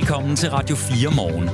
Velkommen til Radio 4 morgen.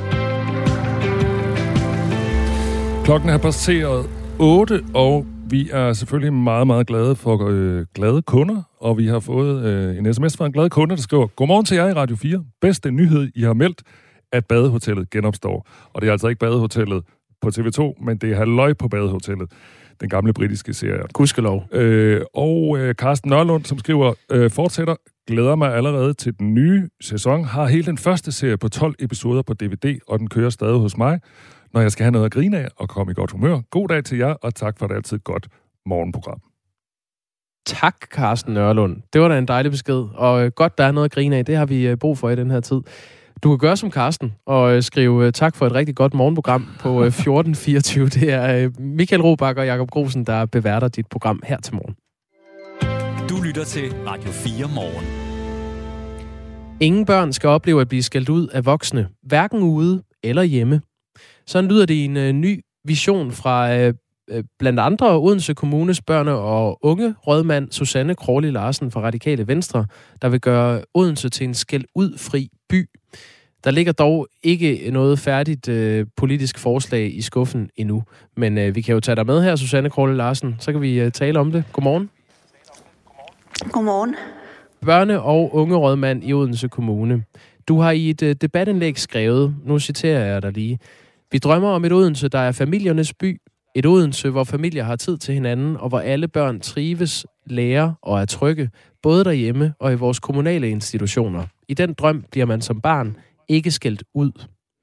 Klokken er passeret 8, og vi er selvfølgelig meget, meget glade for glade kunder. Og vi har fået en sms fra en glad kunde, der skriver: Godmorgen til jer i Radio 4. Bedste nyhed, I har meldt, at Badehotellet genopstår. Og det er altså ikke Badehotellet på TV2, men det er Halløj på Badehotellet. Den gamle britiske serie. Gudskelov. Og Carsten Nørlund, som skriver, fortsætter: Glæder mig allerede til den nye sæson. Har hele den første serie på 12 episoder på DVD, og den kører stadig hos mig, når jeg skal have noget at grine af og komme i godt humør. God dag til jer, og tak for et altid godt morgenprogram. Tak, Carsten Nørlund. Det var da en dejlig besked, og godt, der er noget at grine af. Det har vi brug for i den her tid. Du kan gøre som Carsten og skrive tak for et rigtig godt morgenprogram på 1424. Det er Michael Robach og Jakob Grosen, der beværter dit program her til morgen. Du lytter til Radio 4 morgen. Ingen børn skal opleve at blive skældt ud af voksne, hverken ude eller hjemme. Sådan lyder det i en ny vision fra blandt andre Odense Kommunes børne- og unge rådmand Susanne Crawley Larsen fra Radikale Venstre, der vil gøre Odense til en skæld-ud-fri by. Der ligger dog ikke noget færdigt politisk forslag i skuffen endnu, men vi kan jo tage dig med her, Susanne Crawley Larsen, så kan vi tale om det. Godmorgen. Godmorgen. Børne- og ungerådmand i Odense Kommune. Du har i et debatindlæg skrevet, nu citerer jeg dig lige: Vi drømmer om et Odense, der er familiernes by. Et Odense, hvor familier har tid til hinanden, og hvor alle børn trives, lærer og er trygge, både derhjemme og i vores kommunale institutioner. I den drøm bliver man som barn ikke skældt ud.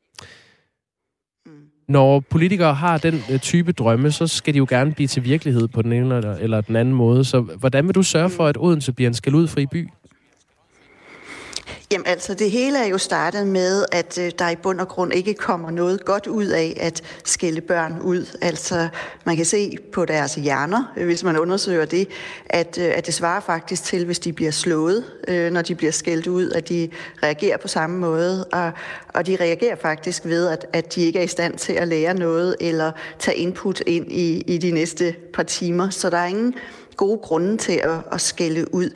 Når politikere har den type drømme, så skal de jo gerne blive til virkelighed på den ene eller den anden måde. Så hvordan vil du sørge for, at Odense bliver en skæld-ud-fri by? Jamen altså, det hele er jo startet med, at der i bund og grund ikke kommer noget godt ud af at skælde børn ud. Altså, man kan se på deres hjerner, hvis man undersøger det, at det svarer faktisk til, hvis de bliver slået, når de bliver skældt ud, at de reagerer på samme måde. Og de reagerer faktisk ved, at de ikke er i stand til at lære noget eller tage input ind i de næste par timer. Så der er ingen gode grunde til at skælde ud.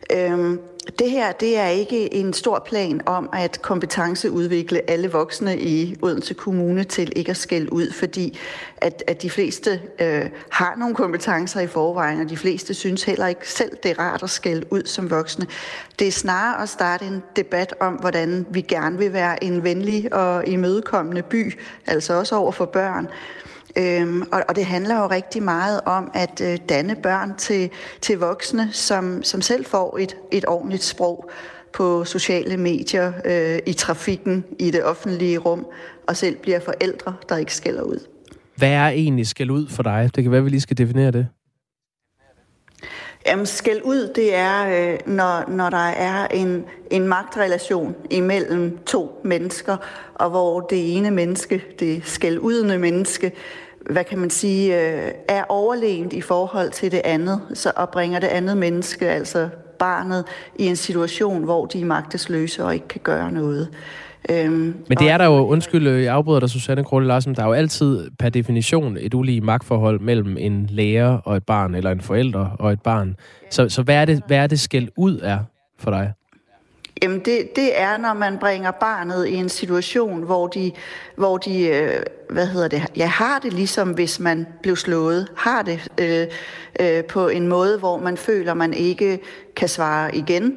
Det her, det er ikke en stor plan om at kompetenceudvikle alle voksne i Odense Kommune til ikke at skælde ud, fordi at de fleste har nogle kompetencer i forvejen, og de fleste synes heller ikke selv, det er rart at skælde ud som voksne. Det er snarere at starte en debat om, hvordan vi gerne vil være en venlig og imødekommende by, altså også over for børn. Og det handler jo rigtig meget om at danne børn til voksne, som selv får et ordentligt sprog på sociale medier, i trafikken, i det offentlige rum, og selv bliver forældre, der ikke skælder ud. Hvad er egentlig skæld ud for dig? Det kan være, vi lige skal definere det. Jamen, skæld ud, det er, når der er en magtrelation imellem to mennesker, og hvor det ene menneske, det skældudende menneske, hvad kan man sige, er overlegent i forhold til det andet, og bringer det andet menneske, altså barnet, i en situation, hvor de er magtesløse og ikke kan gøre noget. Men det er der jo, undskyld, jeg afbryder dig, Susanne Crawley Larsen, der er jo altid per definition et ulige magtforhold mellem en lærer og et barn, eller en forælder og et barn. Så hvad er det skæld ud er for dig? Jamen det er, når man bringer barnet i en situation, hvor de har det ligesom hvis man blev slået, har det på en måde, hvor man føler, man ikke kan svare igen,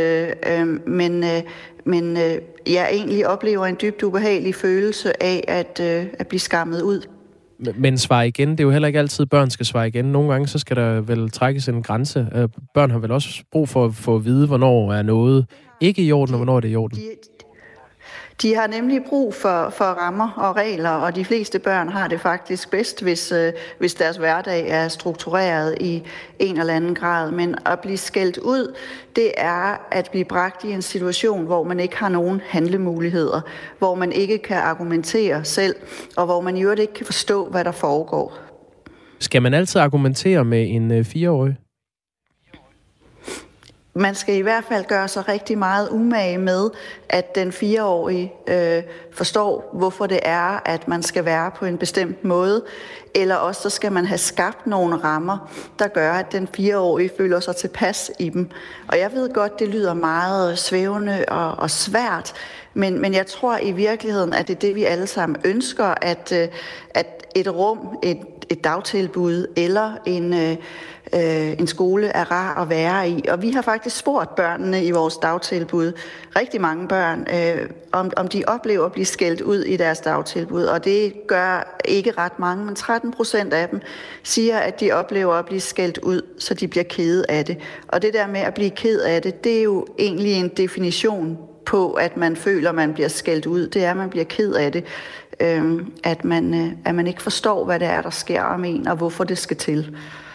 men jeg egentlig oplever en dybt ubehagelig følelse af at blive skammet ud. Men svare igen, det er jo heller ikke altid, børn skal svare igen. Nogle gange, så skal der vel trækkes en grænse. Børn har vel også brug for at få at vide, hvornår er noget ikke i orden, og hvornår det er i orden. De har nemlig brug for rammer og regler, og de fleste børn har det faktisk bedst, hvis deres hverdag er struktureret i en eller anden grad. Men at blive skældt ud, det er at blive bragt i en situation, hvor man ikke har nogen handlemuligheder, hvor man ikke kan argumentere selv, og hvor man i øvrigt ikke kan forstå, hvad der foregår. Skal man altid argumentere med en 4-årig? man skal i hvert fald gøre sig rigtig meget umage med, at den 4-årige forstår, hvorfor det er, at man skal være på en bestemt måde. Eller også så skal man have skabt nogle rammer, der gør, at den 4-årige føler sig tilpas i dem. Og jeg ved godt, det lyder meget svævende og svært, men jeg tror i virkeligheden, at det er det, vi alle sammen ønsker, at et rum, et dagtilbud eller en skole er rar at være i. Og vi har faktisk spurgt børnene i vores dagtilbud, rigtig mange børn, om de oplever at blive skældt ud i deres dagtilbud. Og det gør ikke ret mange, men 13% af dem siger, at de oplever at blive skældt ud, så de bliver kede af det. Og det der med at blive ked af det, det er jo egentlig en definition på, at man føler, at man bliver skældt ud. Det er, at man bliver ked af det. At man ikke forstår, hvad det er, der sker om en, og hvorfor det skal til.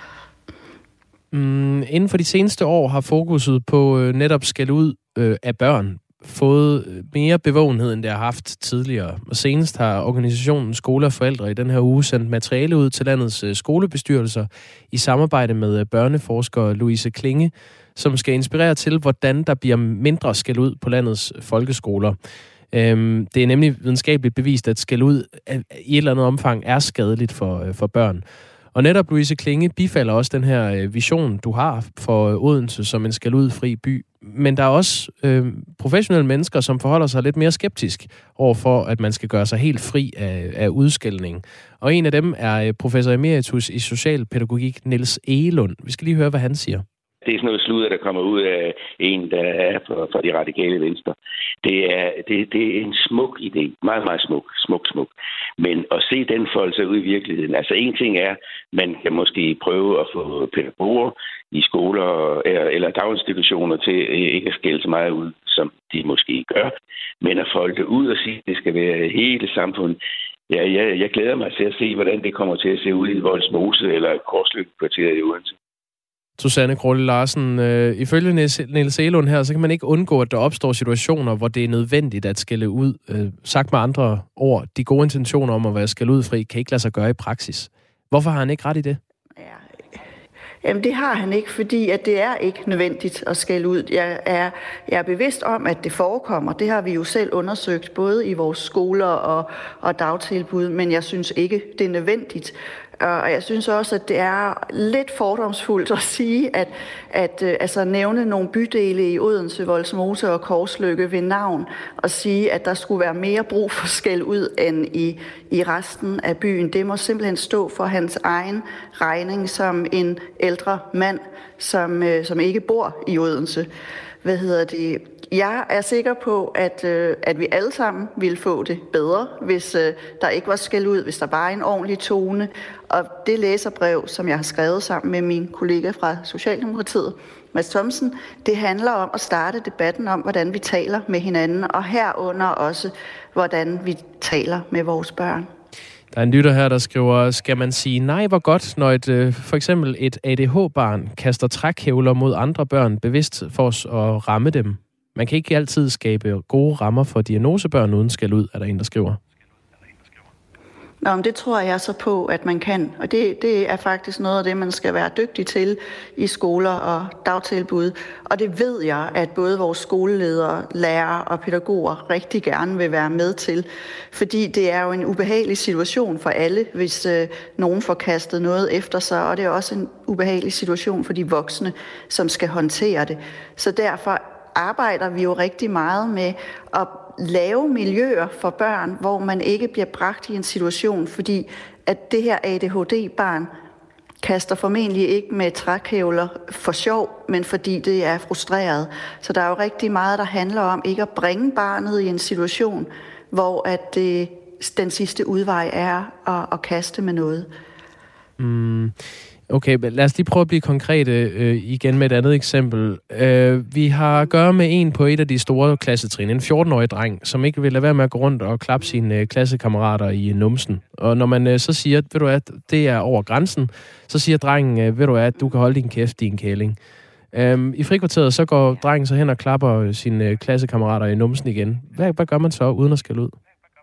Inden for de seneste år har fokuset på netop skæld ud af børn fået mere bevågenhed, end det har haft tidligere. Og senest har organisationen Skole og Forældre i den her uge sendt materiale ud til landets skolebestyrelser i samarbejde med børneforsker Louise Klinge, som skal inspirere til, hvordan der bliver mindre skæld ud på landets folkeskoler. Det er nemlig videnskabeligt bevist, at skæld ud i et eller andet omfang er skadeligt for børn. Og netop Louise Klinge bifalder også den her vision, du har for Odense som en skæld ud fri by. Men der er også professionelle mennesker, som forholder sig lidt mere skeptisk overfor, at man skal gøre sig helt fri af udskældning. Og en af dem er professor emeritus i socialpædagogik, Niels Egelund. Vi skal lige høre, hvad han siger. Det er sådan noget sludder, der kommer ud af en, der er fra de radikale venstre. Det er en smuk idé. Meget, meget smuk. Men at se den folde sig ud i virkeligheden. Altså en ting er, man kan måske prøve at få pædagoger i skoler eller daginstitutioner til ikke at skælde så meget ud, som de måske gør. Men at folde det ud og sige, at det skal være hele samfundet. Ja, jeg glæder mig til at se, hvordan det kommer til at se ud i Vollsmose eller Korsløkkvarteret i Odense. Susanne Krølle Larsen, ifølge Niels Egelund her, så kan man ikke undgå, at der opstår situationer, hvor det er nødvendigt at skælde ud. Sagt med andre ord, de gode intentioner om at være skælde ud fri, kan ikke lade sig gøre i praksis. Hvorfor har han ikke ret i det? Jamen det har han ikke, fordi at det er ikke nødvendigt at skælde ud. Jeg er bevidst om, at det forekommer. Det har vi jo selv undersøgt, både i vores skoler og dagtilbud, men jeg synes ikke, det er nødvendigt. Og jeg synes også, at det er lidt fordomsfuldt at sige, at nævne nogle bydele i Odense, Vollsmose og Korsløkke ved navn, og sige, at der skulle være mere brug for skæld ud end i resten af byen. Det må simpelthen stå for hans egen regning som en ældre mand, som ikke bor i Odense. Jeg er sikker på, at vi alle sammen ville få det bedre, hvis der ikke var skæld ud, hvis der var en ordentlig tone. Og det læserbrev, som jeg har skrevet sammen med min kollega fra Socialdemokratiet, Mads Thomsen, det handler om at starte debatten om, hvordan vi taler med hinanden, og herunder også, hvordan vi taler med vores børn. Der er en lytter her, der skriver, skal man sige nej, hvor godt, når for eksempel et ADH-barn kaster trækhævler mod andre børn bevidst for at ramme dem? Man kan ikke altid skabe gode rammer for diagnosebørn uden skæld ud, er der en, der skriver. Nå, men det tror jeg så på, at man kan. Og det er faktisk noget af det, man skal være dygtig til i skoler og dagtilbud. Og det ved jeg, at både vores skoleledere, lærere og pædagoger rigtig gerne vil være med til. Fordi det er jo en ubehagelig situation for alle, hvis nogen får kastet noget efter sig. Og det er også en ubehagelig situation for de voksne, som skal håndtere det. Så derfor arbejder vi jo rigtig meget med at lave miljøer for børn, hvor man ikke bliver bragt i en situation, fordi at det her ADHD-barn kaster formentlig ikke med trækhævler for sjov, men fordi det er frustreret. Så der er jo rigtig meget, der handler om ikke at bringe barnet i en situation, hvor at den sidste udvej er at kaste med noget. Okay, lad os lige prøve at blive konkrete igen med et andet eksempel. Vi har at gøre med en på et af de store klassetrin, en 14-årig dreng, som ikke vil lade være med at gå rundt og klappe sine klassekammerater i numsen. Og når man så siger, ved du at det er over grænsen, så siger drengen, ved du at du kan holde din kæft, din kælling. I frikvarteret så går drengen så hen og klapper sine klassekammerater i numsen igen. Hvad gør man så uden at skælde ud?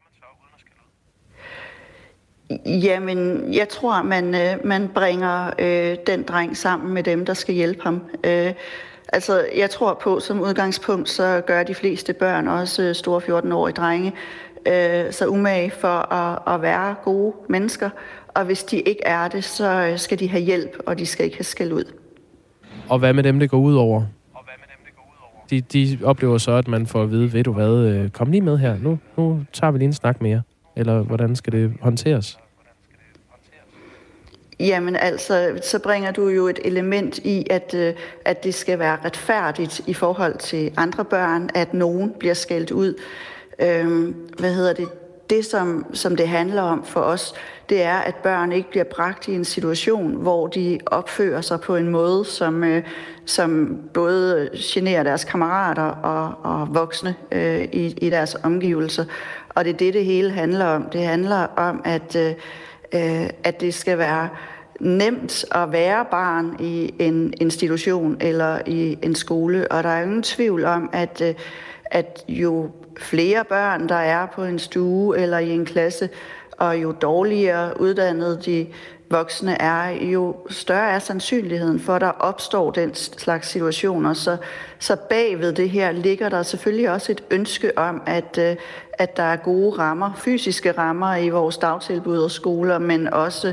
Jamen, jeg tror, man bringer den dreng sammen med dem, der skal hjælpe ham. Altså, jeg tror på, som udgangspunkt, så gør de fleste børn, også store 14-årige drenge, så umage for at være gode mennesker. Og hvis de ikke er det, så skal de have hjælp, og de skal ikke have skæld ud. Og hvad med dem, det går ud over? De oplever så, at man får at vide, ved du hvad, kom lige med her, nu tager vi lige en snak mere. Eller hvordan skal det håndteres? Jamen altså, så bringer du jo et element i, at det skal være retfærdigt i forhold til andre børn, at nogen bliver skældt ud. Det, som det handler om for os, det er, at børn ikke bliver bragt i en situation, hvor de opfører sig på en måde, som både generer deres kammerater og voksne i deres omgivelser. Og det er det hele handler om. Det handler om, at det skal være nemt at være barn i en institution eller i en skole. Og der er ingen tvivl om, at jo flere børn, der er på en stue eller i en klasse, og jo dårligere uddannede de voksne er, jo større er sandsynligheden for, at der opstår den slags situationer. Så bagved det her ligger der selvfølgelig også et ønske om, at der er gode rammer, fysiske rammer i vores dagtilbud og skoler, men også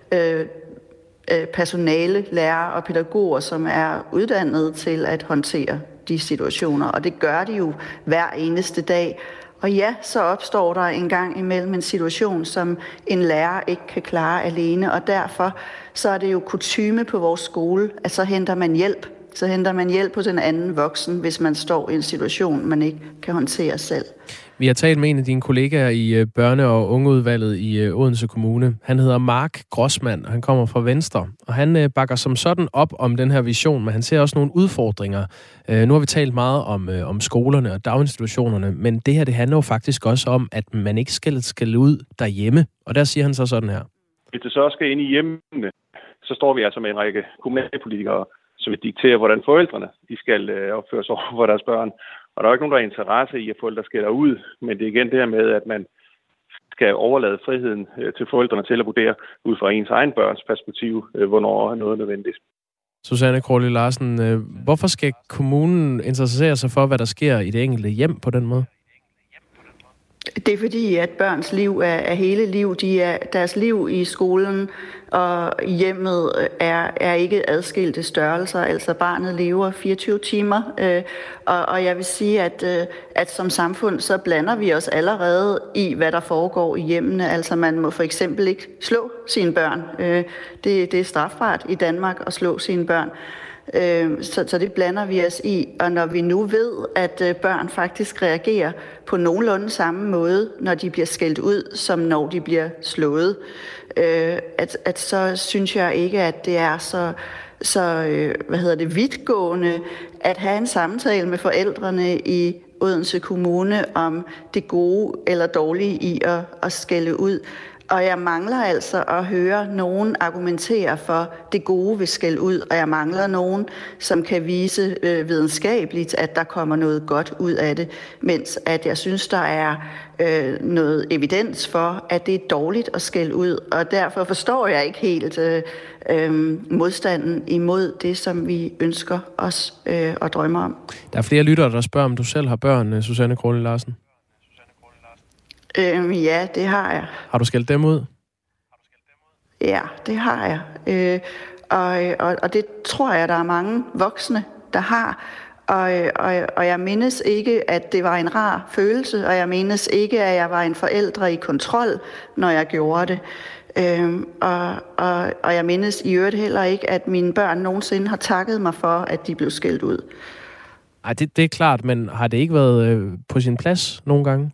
personale, lærere og pædagoger, som er uddannet til at håndtere de situationer. Og det gør de jo hver eneste dag. Og ja, så opstår der en gang imellem en situation, som en lærer ikke kan klare alene. Og derfor så er det jo kutyme på vores skole, at så henter man hjælp. Så henter man hjælp hos en anden voksen, hvis man står i en situation, man ikke kan håndtere selv. Vi har talt med en af dine kollegaer i børne- og ungeudvalget i Odense Kommune. Han hedder Mark Grossmann, og han kommer fra Venstre. Og han bakker som sådan op om den her vision, men han ser også nogle udfordringer. Nu har vi talt meget om skolerne og daginstitutionerne, men det her det handler jo faktisk også om, at man ikke skal ud derhjemme. Og der siger han så sådan her. Hvis det så skal ind i hjemmene, så står vi altså med en række kommunalpolitikere, som vil diktere, hvordan forældrene de skal opføre sig over for deres børn. Og der er ikke nogen, der er interesse i, at forældre skælder ud, men det er igen det her med, at man skal overlade friheden til forældrene til at vurdere ud fra ens egen børns perspektiv, hvornår noget er nødvendigt. Susanne Crawley Larsen, hvorfor skal kommunen interessere sig for, hvad der sker i det enkelte hjem på den måde? Det er fordi, at børns liv er hele liv. Deres liv i skolen og hjemmet er ikke adskilte størrelser. Altså barnet lever 24 timer. Og jeg vil sige, at som samfund, så blander vi os allerede i, hvad der foregår i hjemmene. Altså man må for eksempel ikke slå sine børn. Det er strafbart i Danmark at slå sine børn. Så det blander vi os i, og når vi nu ved, at børn faktisk reagerer på nogenlunde samme måde, når de bliver skældt ud, som når de bliver slået, så synes jeg ikke, at det er så vidtgående at have en samtale med forældrene i Odense Kommune om det gode eller dårlige i at skælde ud. Og jeg mangler altså at høre nogen argumentere for det gode ved skæld ud, og jeg mangler nogen, som kan vise videnskabeligt, at der kommer noget godt ud af det, mens at jeg synes, der er noget evidens for, at det er dårligt at skælde ud, og derfor forstår jeg ikke helt modstanden imod det, som vi ønsker os og drømmer om. Der er flere lyttere, der spørger, om du selv har børn, Susanne Crawley Larsen. Ja, det har jeg. Har du skældt dem ud? Ja, det har jeg. Og det tror jeg, der er mange voksne, der har. Og jeg mindes ikke, at det var en rar følelse, og jeg mindes ikke, at jeg var en forælder i kontrol, når jeg gjorde det. Og jeg mindes i øvrigt heller ikke, at mine børn nogensinde har takket mig for, at de blev skældt ud. Ej, det er klart, men har det ikke været på sin plads nogle gange?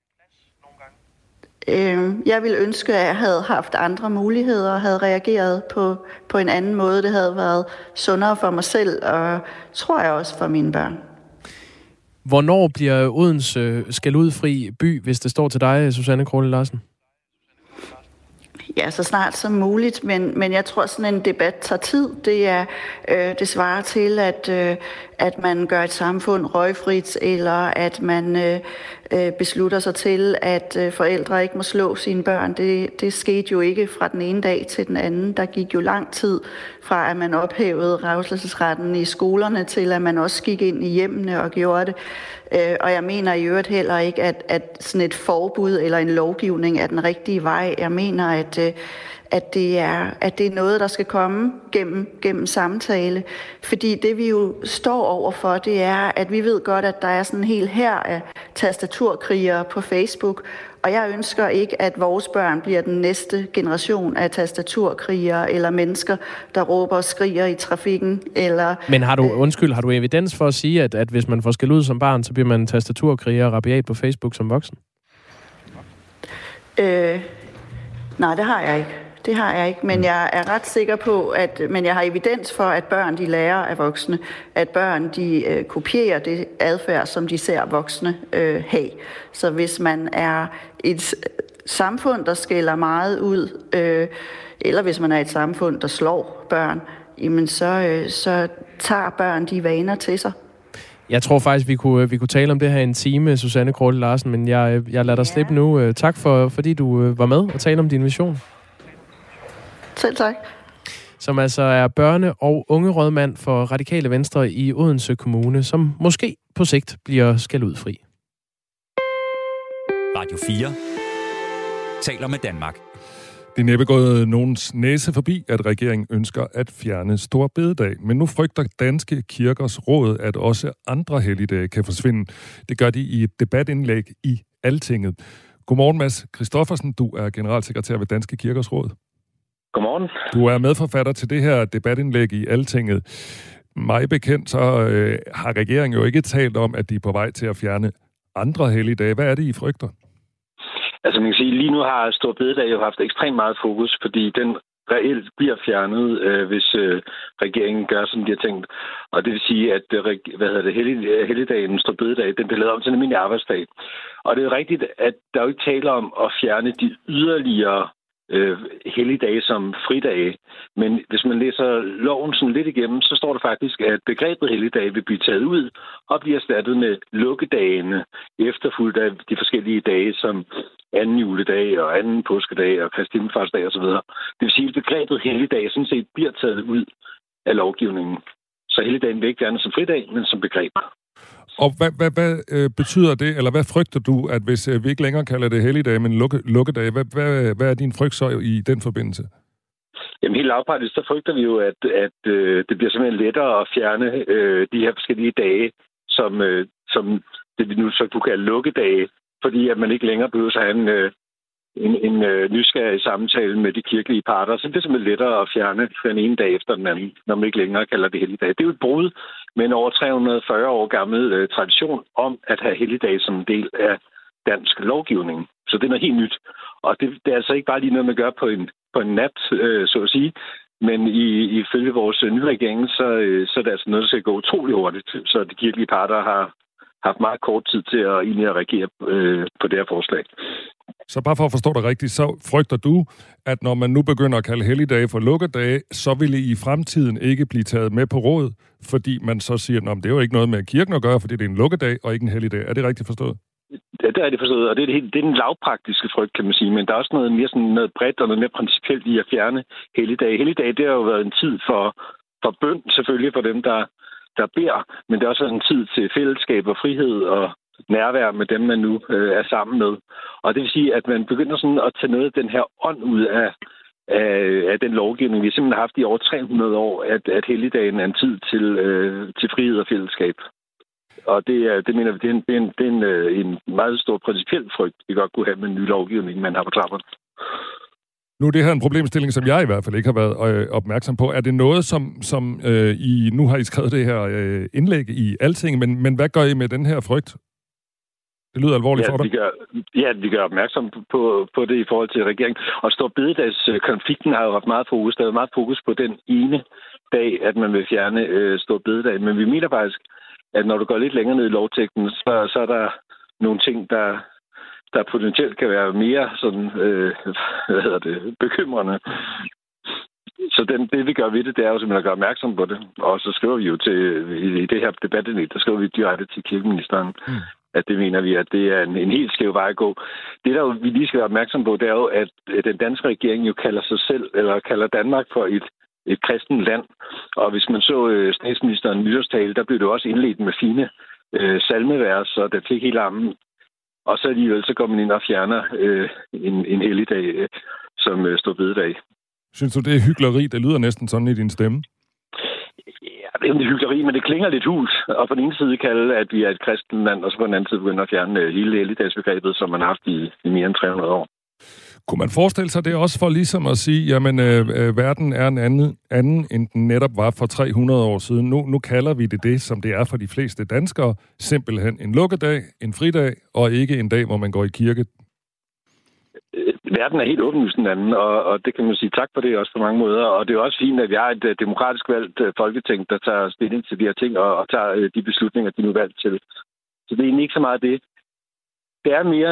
Jeg ville ønske, at jeg havde haft andre muligheder og havde reageret på en anden måde. Det havde været sundere for mig selv, og tror jeg også for mine børn. Hvornår bliver Odense skældudfri by, hvis det står til dig, Susanne Crawley Larsen? Ja, så snart som muligt, men jeg tror, sådan en debat tager tid. Det svarer til, at man gør et samfund røgfrit, eller at man beslutter sig til, at forældre ikke må slå sine børn. Det skete jo ikke fra den ene dag til den anden. Der gik jo lang tid fra, at man ophævede revselsesretten i skolerne, til at man også gik ind i hjemmene og gjorde det. Og jeg mener i øvrigt heller ikke, at sådan et forbud eller en lovgivning er den rigtige vej. Jeg mener, at det er noget, der skal komme gennem samtale. Fordi det, vi jo står overfor, det er, at vi ved godt, at der er sådan en hel hær af tastaturkrigere på Facebook. Og jeg ønsker ikke, at vores børn bliver den næste generation af tastaturkrigere eller mennesker, der råber og skriger i trafikken. Men har du evidens for at sige, at hvis man får skæld ud som barn, så bliver man tastaturkriger og rabiat på Facebook som voksen? Nej, det har jeg ikke. Det har jeg ikke, men jeg er ret sikker på, men jeg har evidens for, at børn de lærer af voksne, at børn de kopierer det adfærd, som de ser voksne have. Så hvis man er et samfund, der skælder meget ud, eller hvis man er et samfund, der slår børn, jamen så tager børn de vaner til sig. Jeg tror faktisk, vi kunne tale om det her en time, Susanne Krølle Larsen, men jeg lader dig slippe nu. Tak fordi du var med og tale om din vision. Selv tak. Som altså er børne- og ungerådmand for Radikale Venstre i Odense Kommune, som måske på sigt bliver skældudfri. Radio 4 taler med Danmark. Det er næppe gået nogens næse forbi, at regeringen ønsker at fjerne Store Bededag. Men nu frygter Danske Kirkers Råd, at også andre helligdage kan forsvinde. Det gør de i et debatindlæg i Altinget. Godmorgen, Mads Christoffersen. Du er generalsekretær ved Danske Kirkers Råd. Godmorgen. Du er medforfatter til det her debatindlæg i Altinget. Mig bekendt, så har regeringen jo ikke talt om, at de er på vej til at fjerne andre helligdage. Hvad er det, I frygter? Altså man kan sige, lige nu har Stor Bededag jo haft ekstremt meget fokus, fordi den reelt bliver fjernet, hvis regeringen gør, som de har tænkt. Og det vil sige, at helligdagen, Stor Bededag, den bliver lavet om til en almindelig arbejdsdag. Og det er rigtigt, at der jo ikke taler om at fjerne de yderligere helligdage som fridage. Men hvis man læser loven sådan lidt igennem, så står der faktisk, at begrebet helligdage vil blive taget ud og blive erstattet med lukkedagene, efterfulgt af de forskellige dage som anden juledag og anden påskedag og Kristi himmelfartsdag osv. Det vil sige, at begrebet helligdag sådan set bliver taget ud af lovgivningen. Så helligdagen vil ikke gerne som fridag, men som begreb. Og hvad betyder det, eller hvad frygter du, at hvis vi ikke længere kalder det helligdag, men lukkedag, hvad er din frygt så i den forbindelse? Jamen helt lavpraktisk, så frygter vi jo, at det bliver simpelthen lettere at fjerne de her forskellige dage, som det vi nu så kunne kalde lukkedage, fordi at man ikke længere behøver at have en nysgerrig samtale med de kirkelige parter, så det er simpelthen lettere at fjerne den ene dag efter den anden, når man ikke længere kalder det helligdag. Det er jo et brud med en over 340 år gammel tradition om at have helligdag som en del af dansk lovgivning. Så det er noget helt nyt. Og det er altså ikke bare lige noget, man gør på en nat, så at sige, men ifølge vores nye regering, så er det altså noget, der skal gå utrolig hurtigt, så de kirkelige parter har haft meget kort tid til at reagere på det her forslag. Så bare for at forstå dig rigtigt, så frygter du, at når man nu begynder at kalde helligdage for lukkedage, så vil I fremtiden ikke blive taget med på råd, fordi man så siger, at det er jo ikke noget med kirken at gøre, fordi det er en lukkedag og ikke en helligdag. Er det rigtigt forstået? Ja, det er det forstået, og det er den lavpraktiske frygt, kan man sige, men der er også noget mere sådan noget bredt og noget mere principielt i at fjerne helligdage. Helligdage, det har jo været en tid for bøn, selvfølgelig for dem, der beder, men det er også en tid til fællesskab og frihed og nærvær med dem, man nu er sammen med. Og det vil sige, at man begynder sådan at tage noget af den her ånd ud af den lovgivning, vi simpelthen har haft i over 300 år, at helligdagen er en tid til frihed og fællesskab. Og det mener vi, det er en meget stor principiel frygt, vi godt kunne have med en ny lovgivning, man har på trapperne. Nu er det her en problemstilling, som jeg i hvert fald ikke har været opmærksom på. Er det noget, som I nu har I skrevet det her indlæg i Altinget, men hvad gør I med den her frygt? Det lyder alvorligt for dig. Vi gør opmærksom på det i forhold til regeringen. Og Stor Bededagskonflikten har jo haft meget fokus. Der er meget fokus på den ene dag, at man vil fjerne Stor Bededag. Men vi mener faktisk, at når du går lidt længere ned i lovteksten, så er der nogle ting, der der potentielt kan være mere sådan, bekymrende. Så det, vi gør ved det er jo simpelthen at gøre opmærksom på det. Og så skriver vi jo i det her debatindlæg, der skriver vi direkte til kirkeministeren, at det mener vi, at det er en helt skæv vej at gå. Det, der jo, vi lige skal være opmærksom på, det er jo, at den danske regering jo kalder sig selv, eller kalder Danmark for et kristent land. Og hvis man så statsministeren nytårstale, der blev det også indledt med fine salmevers, og der fik hele armen. Og så alligevel, så går man ind og fjerner en helligdag, som står bededag. Synes du, det er hykleri? Det lyder næsten sådan i din stemme. Ja, det er hykleri, men det klinger lidt hult. Og på den ene side kalde, at vi er et kristent land, og så på den anden side begynde at fjerne hele helligdagsbegrebet, som man har haft i mere end 300 år. Kunne man forestille sig det også for ligesom at sige, jamen verden er en anden, end den netop var for 300 år siden. Nu kalder vi det, som det er for de fleste danskere. Simpelthen en lukkedag, en fridag, og ikke en dag, hvor man går i kirke. Verden er helt åbenlyst den anden, og det kan man sige tak for det også på mange måder. Og det er også fint, at vi har et demokratisk valgt folketing, der tager stilling til de her ting og tager de beslutninger, de nu er valgt til. Så det er egentlig ikke så meget det. Det er mere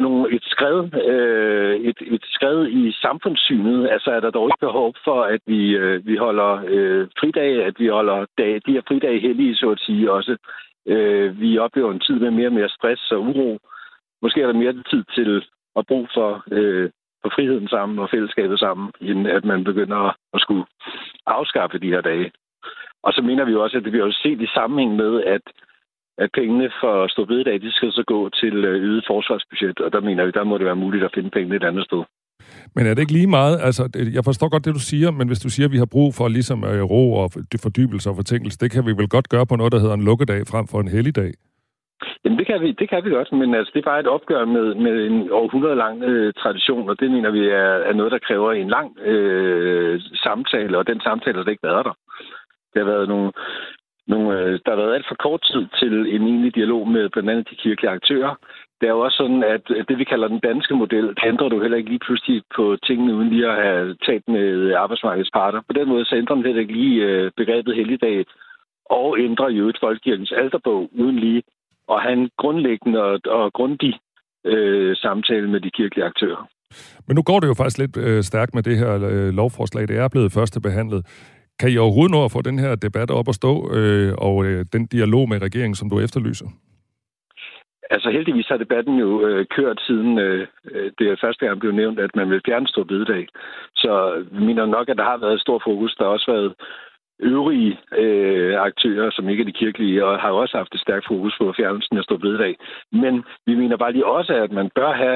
et skred i samfundssynet. Altså er der dog ikke behov for, at vi holder fridage, at vi holder de her fridage hellige, så at sige også. Vi oplever en tid med mere og mere stress og uro. Måske er der mere tid til at bruge for friheden sammen og fællesskabet sammen, end at man begynder at skulle afskaffe de her dage. Og så mener vi jo også, at det bliver jo set i sammenhæng med, at pengene for store bededag, de skal så gå til øget forsvarsbudget, og der mener vi, der må det være muligt at finde pengene et andet sted. Men er det ikke lige meget, altså jeg forstår godt det, du siger, men hvis du siger, at vi har brug for ligesom ro og fordybelse og fortænkelse, det kan vi vel godt gøre på noget, der hedder en lukkedag frem for en helligdag? Jamen det kan vi godt, men altså, det er bare et opgør med en over 100 lang tradition, og det mener vi er noget, der kræver en lang samtale, og den samtale har ikke været der. Det har været der har været alt for kort tid til en egentlig dialog med blandt andet de kirkelige aktører. Det er jo også sådan, at det, vi kalder den danske model, det ændrer du heller ikke lige pludselig på tingene, uden lige at have talt med arbejdsmarkedets parter. På den måde så ændrer man heller ikke lige begrebet helligdag, og ændrer jo et folkekirkens alterbog, uden lige at have en grundlæggende og grundig samtale med de kirkelige aktører. Men nu går det jo faktisk lidt stærkt med det her lovforslag. Det er blevet førstebehandlet. Kan I overhovedet nå at få den her debat op at stå, og den dialog med regeringen, som du efterlyser? Altså heldigvis har debatten jo kørt siden det første gang blev nævnt, at man vil fjerne store bededag. Så vi mener nok, at der har været et stort fokus. Der har også været øvrige aktører, som ikke er de kirkelige, og har også haft et stærkt fokus på fjernelsen af store bededag. Men vi mener bare lige også, at man bør have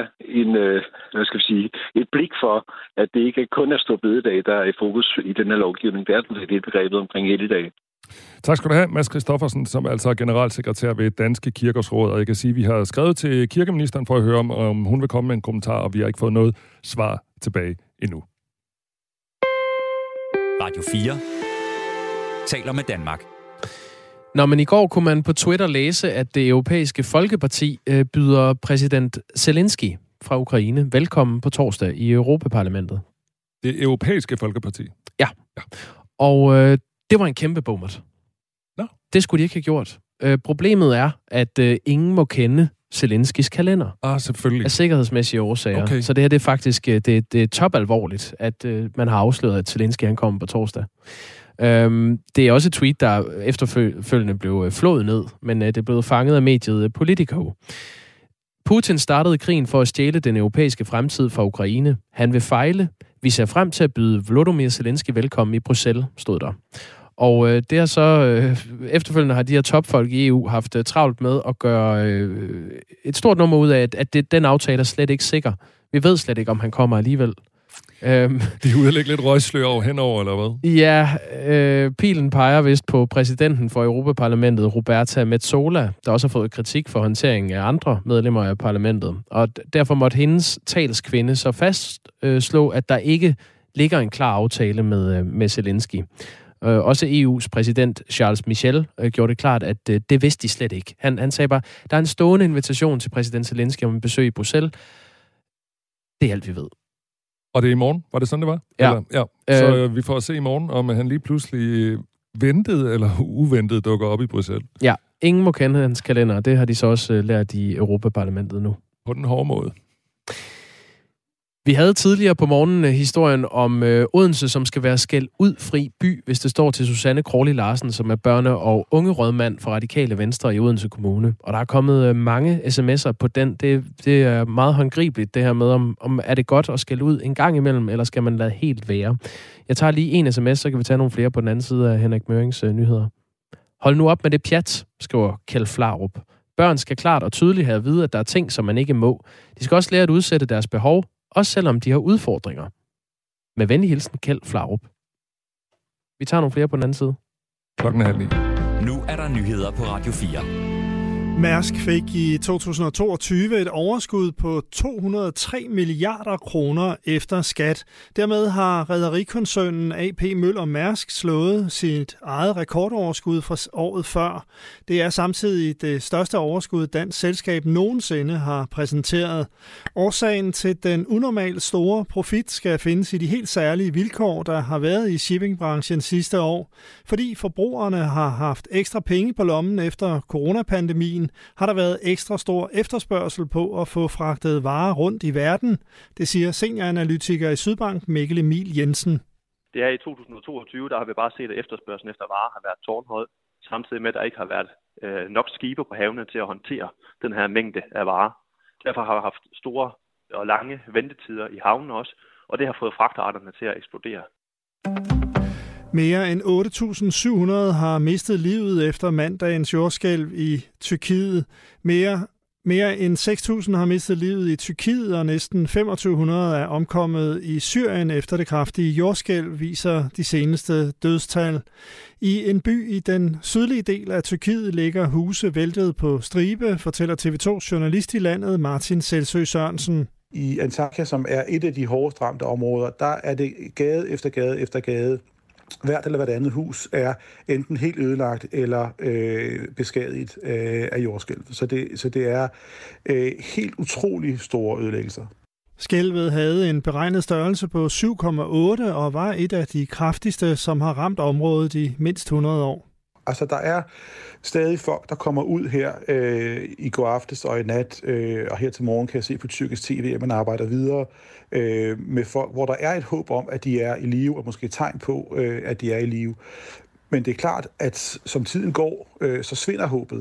et blik for, at det ikke kun er store bededag, der er i fokus i den her lovgivning. Det er det begrebet omkring helligdag. Tak skal du have, Mads Christoffersen, som altså er generalsekretær ved Danske Kirkers Råd. Og jeg kan sige, at vi har skrevet til kirkeministeren for at høre, om hun vil komme med en kommentar, og vi har ikke fået noget svar tilbage endnu. Radio 4 taler med Danmark. Nå, men i går kunne man på Twitter læse, at det europæiske folkeparti byder præsident Zelensky fra Ukraine velkommen på torsdag i Europaparlamentet. Det europæiske folkeparti? Ja. Og det var en kæmpe bommert. Nå. Det skulle de ikke have gjort. Problemet er, at ingen må kende Zelenskys kalender. Selvfølgelig. Af sikkerhedsmæssige årsager. Okay. Så det her det er faktisk det er topalvorligt, at man har afsløret, at Zelensky han kommer på torsdag. Det er også et tweet, der efterfølgende blev flået ned, men det blev fanget af mediet Politico. Putin startede krigen for at stjæle den europæiske fremtid fra Ukraine. Han vil fejle. Vi ser frem til at byde Volodymyr Zelensky velkommen i Bruxelles, stod der. Og det er så efterfølgende har de her topfolk i EU haft travlt med at gøre et stort nummer ud af, at den aftale er slet ikke sikker. Vi ved slet ikke, om han kommer alligevel. De er ude at lægge lidt røgslør henover, eller hvad? Ja, pilen peger vist på præsidenten for Europaparlamentet, Roberta Metsola, der også har fået kritik for håndteringen af andre medlemmer af parlamentet. Og derfor måtte hendes talskvinde så fastslå, at der ikke ligger en klar aftale med Zelensky. Også EU's præsident Charles Michel gjorde det klart, at det vidste de slet ikke. Han sagde bare, der er en stående invitation til præsident Zelensky om en besøg i Bruxelles. Det er alt, vi ved. Og det er i morgen? Var det sådan, det var? Ja. Eller, ja. Så vi får at se i morgen, om han lige pludselig ventet eller uventet dukker op i Bruxelles. Ja, ingen må kende hans kalender. Det har de så også lært i Europaparlamentet nu. på den hårde måde. Vi havde tidligere på morgenen historien om Odense, som skal være skæld-ud-fri by, hvis det står til Susanne Crawley Larsen, som er børne- og ungerådmand for Radikale Venstre i Odense Kommune. Og der er kommet mange sms'er på den. Det er meget håndgribeligt, det her med, om er det godt at skælde ud en gang imellem, eller skal man lade helt være. Jeg tager lige en sms, så kan vi tage nogle flere på den anden side af Henrik Mørings nyheder. Hold nu op med det pjat, skriver Kjeld Flarup. Børn skal klart og tydeligt have at vide, at der er ting, som man ikke må. De skal også lære at udsætte deres behov, også selvom de har udfordringer. Med venlig hilsen, Kjeld Flarup. Vi tager nogle flere på den anden side. 8:30. Nu er der nyheder på Radio 4. Mærsk fik i 2022 et overskud på 203 milliarder kroner efter skat. Dermed har rederikoncernen AP Møller Mærsk slået sit eget rekordoverskud fra året før. Det er samtidig det største overskud, dansk selskab nogensinde har præsenteret. Årsagen til den unormalt store profit skal findes i de helt særlige vilkår, der har været i shippingbranchen sidste år. Fordi forbrugerne har haft ekstra penge på lommen efter coronapandemien, har der været ekstra stor efterspørgsel på at få fragtet varer rundt i verden. Det siger senioranalytiker i Sydbank Mikkel Emil Jensen. Det er i 2022, der har vi bare set, at efterspørgselen efter varer har været tårnhøj, samtidig med, at der ikke har været nok skibe på havene til at håndtere den her mængde af varer. Derfor har vi haft store og lange ventetider i havnen også, og det har fået fragtarterne til at eksplodere. Mere end 8.700 har mistet livet efter mandagens jordskælv i Tyrkiet. Mere end 6.000 har mistet livet i Tyrkiet, og næsten 2.500 er omkommet i Syrien efter det kraftige jordskælv, viser de seneste dødstal. I en by i den sydlige del af Tyrkiet ligger huse væltet på stribe, fortæller TV2's journalist i landet Martin Selsø Sørensen. I Antakya, som er et af de hårdest ramte områder, der er det gade efter gade efter gade. Hvert eller hvert andet hus er enten helt ødelagt eller beskadiget af jordskælv. Så det er helt utrolig store ødelæggelser. Skælvet havde en beregnet størrelse på 7,8 og var et af de kraftigste, som har ramt området i mindst 100 år. Altså, der er stadig folk, der kommer ud her i går aftes og i nat, og her til morgen kan jeg se på tyrkisk tv, at man arbejder videre med folk, hvor der er et håb om, at de er i live, og måske tegn på, at de er i live. Men det er klart, at som tiden går, så svinder håbet.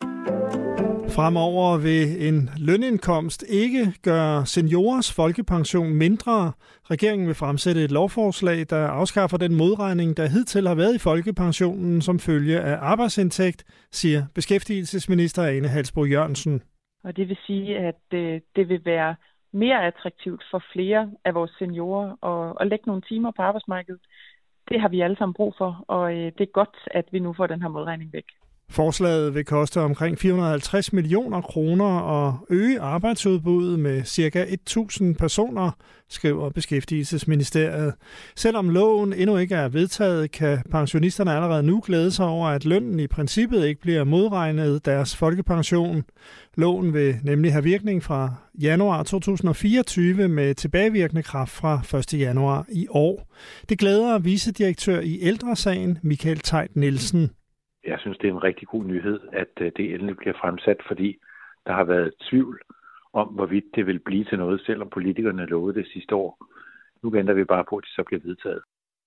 Fremover vil en lønindkomst ikke gøre seniorers folkepension mindre. Regeringen vil fremsætte et lovforslag, der afskaffer den modregning, der hidtil har været i folkepensionen som følge af arbejdsindtægt, siger beskæftigelsesminister Ane Halsboe-Jørgensen. Og det vil sige, at det vil være mere attraktivt for flere af vores seniorer at lægge nogle timer på arbejdsmarkedet. Det har vi alle sammen brug for, og det er godt, at vi nu får den her modregning væk. Forslaget vil koste omkring 450 millioner kroner og øge arbejdsudbuddet med ca. 1.000 personer, skriver Beskæftigelsesministeriet. Selvom loven endnu ikke er vedtaget, kan pensionisterne allerede nu glæde sig over, at lønnen i princippet ikke bliver modregnet deres folkepension. Loven vil nemlig have virkning fra januar 2024 med tilbagevirkende kraft fra 1. januar i år. Det glæder vicedirektør i Ældresagen, Michael Teit Nielsen. Jeg synes, det er en rigtig god nyhed, at det endelig bliver fremsat, fordi der har været tvivl om, hvorvidt det vil blive til noget, selvom politikerne lovede det sidste år. Nu venter vi bare på, at det så bliver vedtaget.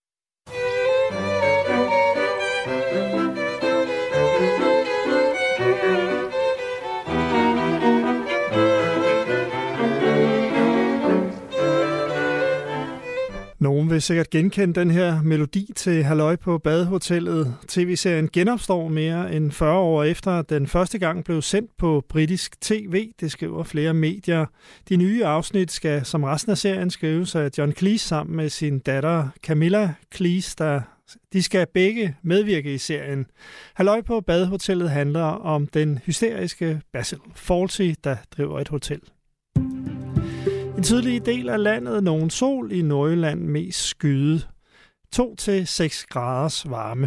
Nogen vil sikkert genkende den her melodi til Halløj på Badehotellet. TV-serien genopstår mere end 40 år efter, den første gang blev sendt på britisk tv, det skriver flere medier. De nye afsnit skal, som resten af serien, skrives af John Cleese sammen med sin datter Camilla Cleese, de skal begge medvirke i serien. Halløj på Badehotellet handler om den hysteriske Basil Fawlty, der driver et hotel. I den sydlige del af landet nogen sol, i Nordjylland mest skyet. 2-6 graders varme.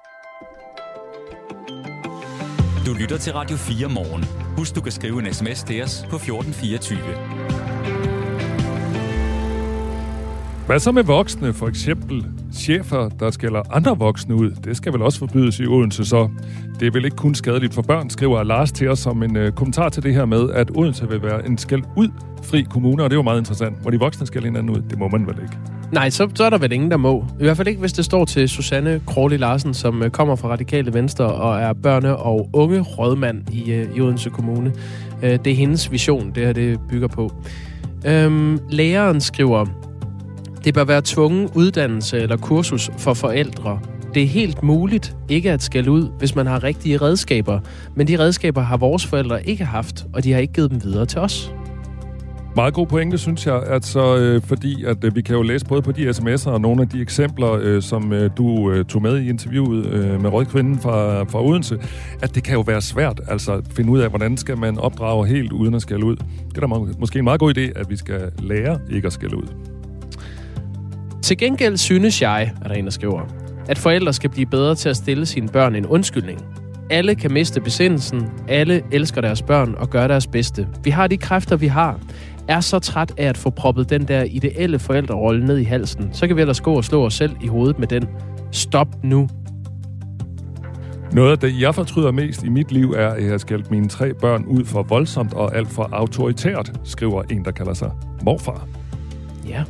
Du lytter til Radio 4 morgen. Husk, du kan skrive en sms til os på 1424. Hvad så med voksne, for eksempel chefer, der skælder andre voksne ud, det skal vel også forbydes i Odense, så det er vel ikke kun skadeligt for børn, skriver Lars til os som en kommentar til det her med, at Odense vil være en skæld ud fri kommune, og det er jo meget interessant. Må de voksne skælde hinanden ud? Det må man vel ikke. Nej, så er der vel ingen, der må. I hvert fald ikke, hvis det står til Susanne Crawley Larsen, som kommer fra Radikale Venstre og er børne- og unge rådmand i Odense Kommune. Det er hendes vision, det her det bygger på. Læreren skriver, det bør være tvungen uddannelse eller kursus for forældre. Det er helt muligt ikke at skælde ud, hvis man har rigtige redskaber. Men de redskaber har vores forældre ikke haft, og de har ikke givet dem videre til os. Meget god pointe, synes jeg, altså, fordi at vi kan jo læse både på de sms'er og nogle af de eksempler, som du tog med i interviewet med Rødkvinden fra Odense, at det kan jo være svært at finde ud af, hvordan skal man opdrage helt uden at skælde ud. Det er da måske en meget god idé, at vi skal lære ikke at skælde ud. Til gengæld synes jeg, er der en, der skriver, at forældre skal blive bedre til at stille sine børn en undskyldning. Alle kan miste besindelsen, alle elsker deres børn og gør deres bedste. Vi har de kræfter, vi har. Er så træt af at få proppet den der ideelle forældrerolle ned i halsen, så kan vi ellers gå og slå os selv i hovedet med den. Stop nu. Noget af det, jeg fortryder mest i mit liv, er, at jeg har skældt mine 3 børn ud for voldsomt og alt for autoritært, skriver en, der kalder sig morfar. Ja.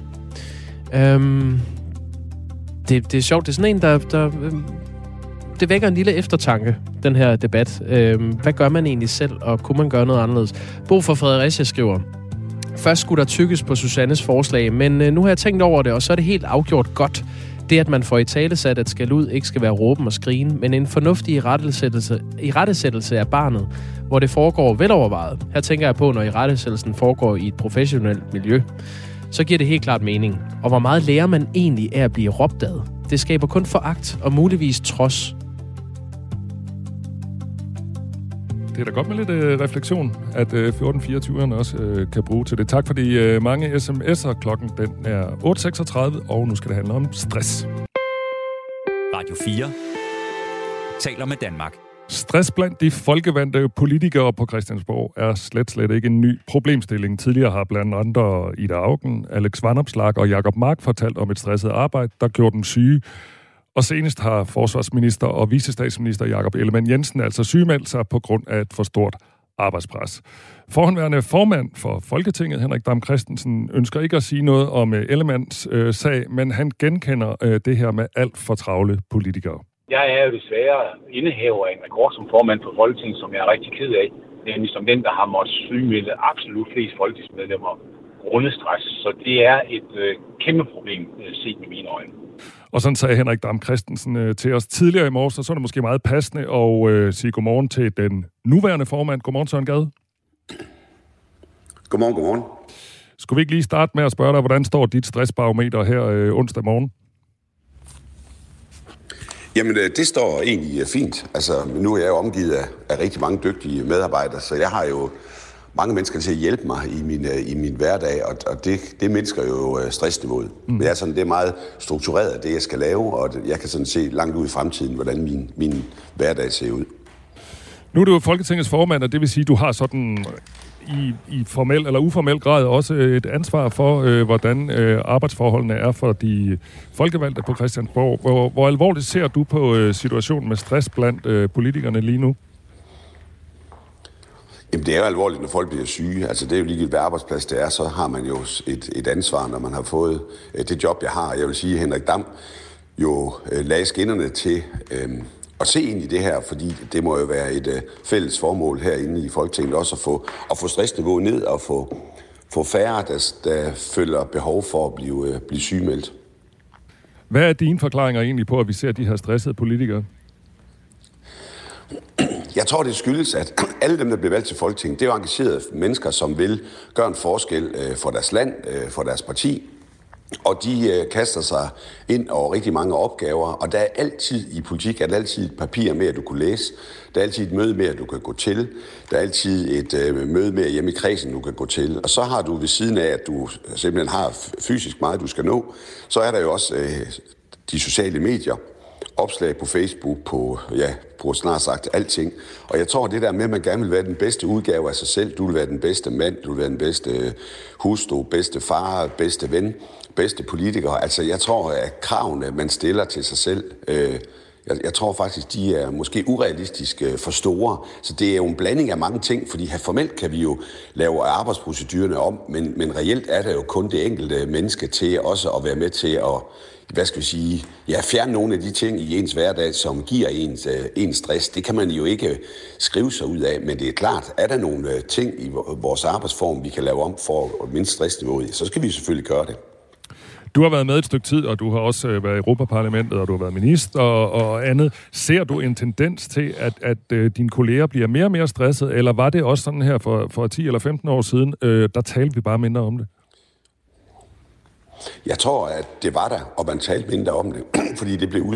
Det er sjovt. Det er sådan en, der det vækker en lille eftertanke, den her debat. Hvad gør man egentlig selv, og kunne man gøre noget anderledes? Bo fra Fredericia skriver, først skulle der tykkes på Susannes forslag, men nu har jeg tænkt over det, og så er det helt afgjort godt. Det, at man får i talesat, at skæld ud ikke skal være råben og skrigen, men en fornuftig irettesættelse af barnet, hvor det foregår velovervejet. Her tænker jeg på, når irettesættelsen foregår i et professionelt miljø. Så giver det helt klart mening. Og hvor meget lærer man egentlig af at blive råbt ad? Det skaber kun foragt og muligvis trods. Det er da godt med lidt refleksion, at 1424'erne også kan bruge til det. Tak for de mange sms'er. Klokken den er 8.36, og nu skal det handle om stress. Radio 4 taler med Danmark. Stress blandt de folkevalgte politikere på Christiansborg er slet ikke en ny problemstilling. Tidligere har blandt andre Ida Auken, Alex Vanopslagh og Jacob Mark fortalt om et stresset arbejde, der gjorde dem syge. Og senest har forsvarsminister og vicestatsminister Jakob Ellemann-Jensen altså sygemeldt sig på grund af et for stort arbejdspres. Forhenværende formand for Folketinget, Henrik Dam Kristensen, ønsker ikke at sige noget om Ellemanns sag, men han genkender det her med alt for travle politikere. Jeg er jo desværre indehaver af en rekord som formand for Folketinget, som jeg er rigtig ked af, nemlig som den, der har måttet sygemelde absolut flest folketingsmedlemmer grundet stress. Så det er et kæmpe problem set med mine øjne. Og sådan sagde Henrik Dam Kristensen til os tidligere i morges, så er det måske meget passende at sige godmorgen til den nuværende formand. Godmorgen, Søren Gade. Godmorgen. Skulle vi ikke lige starte med at spørge dig, hvordan står dit stressbarometer her onsdag morgen? Jamen, det står egentlig fint. Altså, nu er jeg jo omgivet af rigtig mange dygtige medarbejdere, så jeg har jo mange mennesker til at hjælpe mig i min hverdag, og det mindsker jo stressniveauet. Men det er meget struktureret af det, jeg skal lave, og jeg kan sådan se langt ud i fremtiden, hvordan min hverdag ser ud. Nu er du jo Folketingets formand, og det vil sige, at du har sådan i formel eller uformel grad også et ansvar for, hvordan arbejdsforholdene er for de folkevalgte på Christiansborg. Hvor alvorligt ser du på situationen med stress blandt politikerne lige nu? Jamen, det er jo alvorligt, når folk bliver syge. Altså, det er jo ligegyldigt, hvad arbejdsplads det er, så har man jo et ansvar, når man har fået det job, jeg har. Jeg vil sige, at Henrik Dam jo lagde skinnerne til at se ind i det her, fordi det må jo være et fælles formål herinde i Folketinget også at få stressniveauet ned og få færre, der føler behov for at blive sygemeldt. Hvad er dine forklaringer egentlig på, at vi ser de her stressede politikere? Jeg tror, det skyldes, at alle dem, der bliver valgt til Folketinget, det er jo engagerede mennesker, som vil gøre en forskel for deres land, for deres parti. Og de kaster sig ind over rigtig mange opgaver, og der er altid i politik, at der er altid et papir med, at du kunne læse. Der er altid et møde med, at du kan gå til. Der er altid et møde med hjemme i kredsen, du kan gå til. Og så har du ved siden af, at du simpelthen har fysisk meget, du skal nå, så er der jo også de sociale medier. opslag på Facebook, på snart sagt alting. Og jeg tror, det der med, at man gerne vil være den bedste udgave af sig selv, du vil være den bedste mand, du vil være den bedste hustru, bedste far, bedste ven, bedste politiker. Altså, jeg tror, at kravene, man stiller til sig selv, jeg tror faktisk, de er måske urealistisk for store. Så det er jo en blanding af mange ting, fordi formelt kan vi jo lave arbejdsprocedurerne om, men reelt er der jo kun det enkelte menneske til også at være med til at, fjerne nogle af de ting i ens hverdag, som giver ens stress. Det kan man jo ikke skrive sig ud af, men det er klart, er der nogle ting i vores arbejdsform, vi kan lave om for at mindske stressniveauet, så skal vi selvfølgelig gøre det. Du har været med et stykke tid, og du har også været i Europaparlamentet, og du har været minister og andet. Ser du en tendens til, at dine kolleger bliver mere og mere stresset, eller var det også sådan her for 10 eller 15 år siden, der talte vi bare mindre om det? Jeg tror, at det var der, og man talte mindre om det, fordi det blev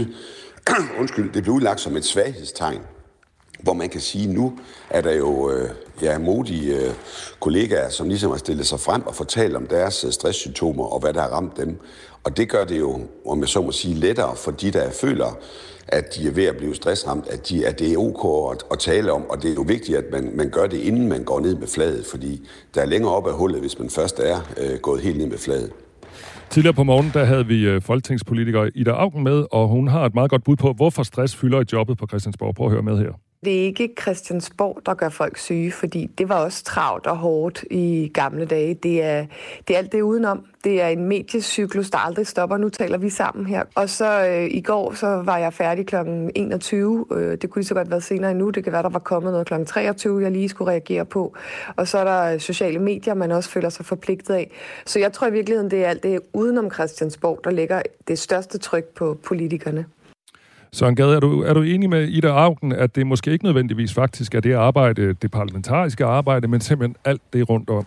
udlagt som et svaghedstegn, hvor man kan sige, nu er der jo modige kollegaer, som ligesom har stillet sig frem og fortalt om deres stresssymptomer og hvad der har ramt dem. Og det gør det jo, om jeg så må sige, lettere for de, der føler, at de er ved at blive stressramt, at det er ok at tale om. Og det er jo vigtigt, at man gør det, inden man går ned med flaget, fordi der er længere op ad hullet, hvis man først er gået helt ned med flaget. Tidligere på morgenen, der havde vi folketingspolitiker Ida Auken med, og hun har et meget godt bud på, hvorfor stress fylder i jobbet på Christiansborg. Prøv at høre med her. Det er ikke Christiansborg, der gør folk syge, fordi det var også travlt og hårdt i gamle dage. Det er alt det udenom. Det er en mediecyklus, der aldrig stopper. Nu taler vi sammen her. Og så i går, så var jeg færdig kl. 21. Det kunne lige så godt være senere endnu. Det kan være, der var kommet noget kl. 23, jeg lige skulle reagere på. Og så er der sociale medier, man også føler sig forpligtet af. Så jeg tror i virkeligheden, det er alt det udenom Christiansborg, der lægger det største tryk på politikerne. Søren Gade, er du enig med Ida Auken, at det måske ikke nødvendigvis faktisk er det arbejde, det parlamentariske arbejde, men simpelthen alt det rundt om?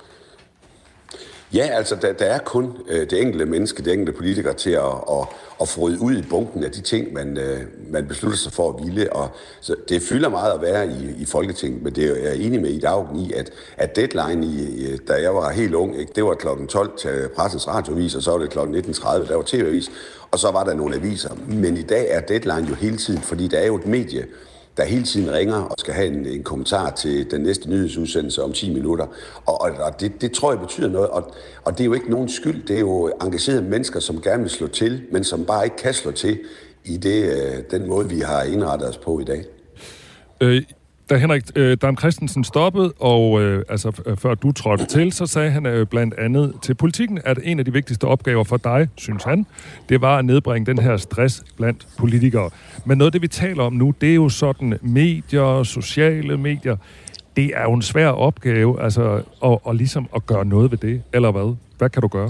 Ja, altså der er kun det enkelte menneske, det enkelte politiker til at få ryddet ud i bunken af de ting, man beslutter sig for at ville. Og så det fylder meget at være i Folketinget, men det er jeg enig med Ida Auken i, at deadline, da jeg var helt ung, det var kl. 12 til Pressens Radioavis, og så var det kl. 19.30, der var TV-avis, og så var der nogle aviser. Men i dag er deadline jo hele tiden, fordi der er jo et medie, der hele tiden ringer og skal have en kommentar til den næste nyhedsudsendelse om 10 minutter. Og det tror jeg betyder noget, og det er jo ikke nogen skyld. Det er jo engagerede mennesker, som gerne vil slå til, men som bare ikke kan slå til i den måde, vi har indrettet os på i dag. Da Henrik Dam Kristensen stoppede, og før du trådte til, så sagde han blandt andet til Politikken, at en af de vigtigste opgaver for dig, synes han, det var at nedbringe den her stress blandt politikere. Men noget af det, vi taler om nu, det er jo sådan medier, sociale medier. Det er jo en svær opgave, altså ligesom at gøre noget ved det, eller hvad? Hvad kan du gøre?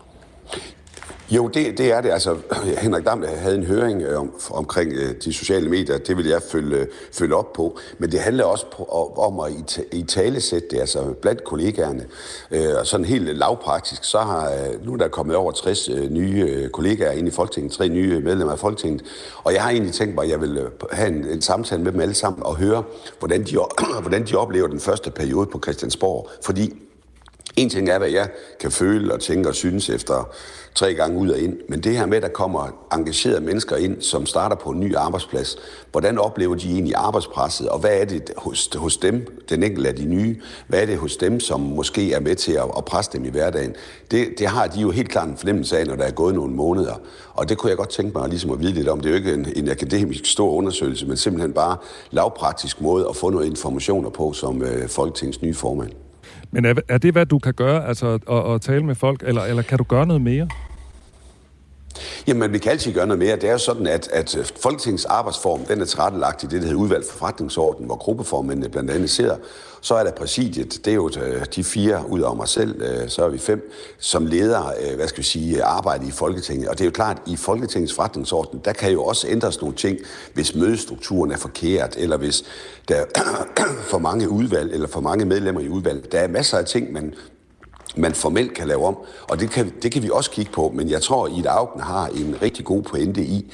Jo, det er det. Altså, Henrik Dam havde en høring omkring de sociale medier. Det vil jeg følge op på. Men det handler også om at italesætte det, altså blandt kollegaerne. Og sådan helt lavpraktisk, så nu er der kommet over 60 nye kollegaer ind i Folketinget, 3 nye medlemmer af Folketinget. Og jeg har egentlig tænkt mig, at jeg vil have en samtale med dem alle sammen og høre, hvordan de oplever den første periode på Christiansborg. Fordi en ting er, hvad jeg kan føle og tænke og synes efter 3 gange ud og ind. Men det her med, at der kommer engagerede mennesker ind, som starter på en ny arbejdsplads. Hvordan oplever de egentlig arbejdspresset? Og hvad er det hos dem, den enkelte af de nye? Hvad er det hos dem, som måske er med til at presse dem i hverdagen? Det har de jo helt klart en fornemmelse af, når der er gået nogle måneder. Og det kunne jeg godt tænke mig ligesom at vide lidt om. Det er jo ikke en akademisk stor undersøgelse, men simpelthen bare lavpraktisk måde at få noget informationer på som Folketingets nye formand. Men er det, hvad du kan gøre, altså at tale med folk, eller kan du gøre noget mere? Jamen, vi kan altid gøre noget mere. Det er jo sådan, at Folketingets arbejdsform, den er tilrettelagt i det, der hedder udvalg for forretningsorden, hvor gruppeformændene blandt andet sidder. Så er der præsidiet, det er jo de 4 ud over mig selv, så er vi 5, som leder, arbejde i Folketinget. Og det er jo klart, at i Folketingets forretningsorden, der kan jo også ændres nogle ting, hvis mødestrukturen er forkert, eller hvis der er for mange udvalg, eller for mange medlemmer i udvalg. Der er masser af ting, man formelt kan lave om, og det kan vi også kigge på, men jeg tror, at Ida Auken har en rigtig god pointe i,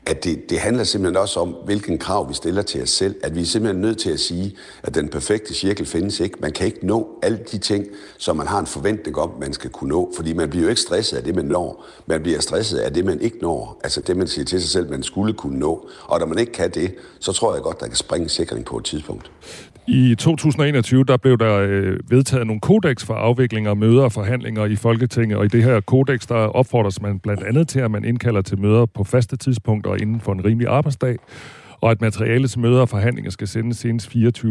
at det handler simpelthen også om, hvilken krav vi stiller til os selv. At vi er simpelthen nødt til at sige, at den perfekte cirkel findes ikke. Man kan ikke nå alle de ting, som man har en forventning om, man skal kunne nå. Fordi man bliver jo ikke stresset af det, man når. Man bliver stresset af det, man ikke når. Altså det, man siger til sig selv, man skulle kunne nå. Og når man ikke kan det, så tror jeg godt, der kan springe sikring på et tidspunkt. I 2021, der blev der vedtaget nogle kodex for afvikling af møder og forhandlinger i Folketinget, og i det her kodex, der opfordres man blandt andet til, at man indkalder til møder på faste tidspunkter inden for en rimelig arbejdsdag, og at materiale til møder og forhandlinger skal sendes senest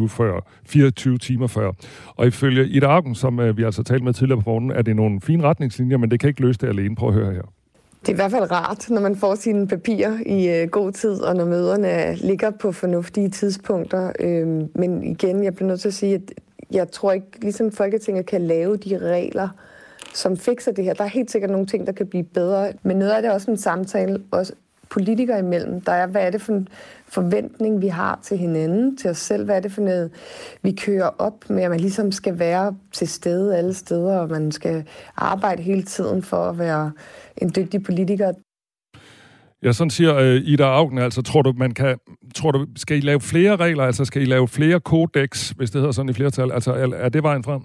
24 timer før. Og ifølge Ida Auken, som vi altså talte med tidligere på morgenen, er det nogle fine retningslinjer, men det kan ikke løse det alene. Prøv at høre her. Det er i hvert fald rart, når man får sine papirer i god tid, og når møderne ligger på fornuftige tidspunkter. Men igen, jeg bliver nødt til at sige, at jeg tror ikke, ligesom Folketinget kan lave de regler, som fikser det her. Der er helt sikkert nogle ting, der kan blive bedre, men noget af det er også en samtale, også politikere imellem. Der er, hvad er det for en forventning, vi har til hinanden, til os selv? Hvad er det for noget, vi kører op med, at man ligesom skal være til stede alle steder, og man skal arbejde hele tiden for at være en dygtig politiker? Ja, sådan siger Ida Auken, altså tror du, skal I lave flere regler, altså skal I lave flere kodex, hvis det hedder sådan i flertal, altså er det vejen frem?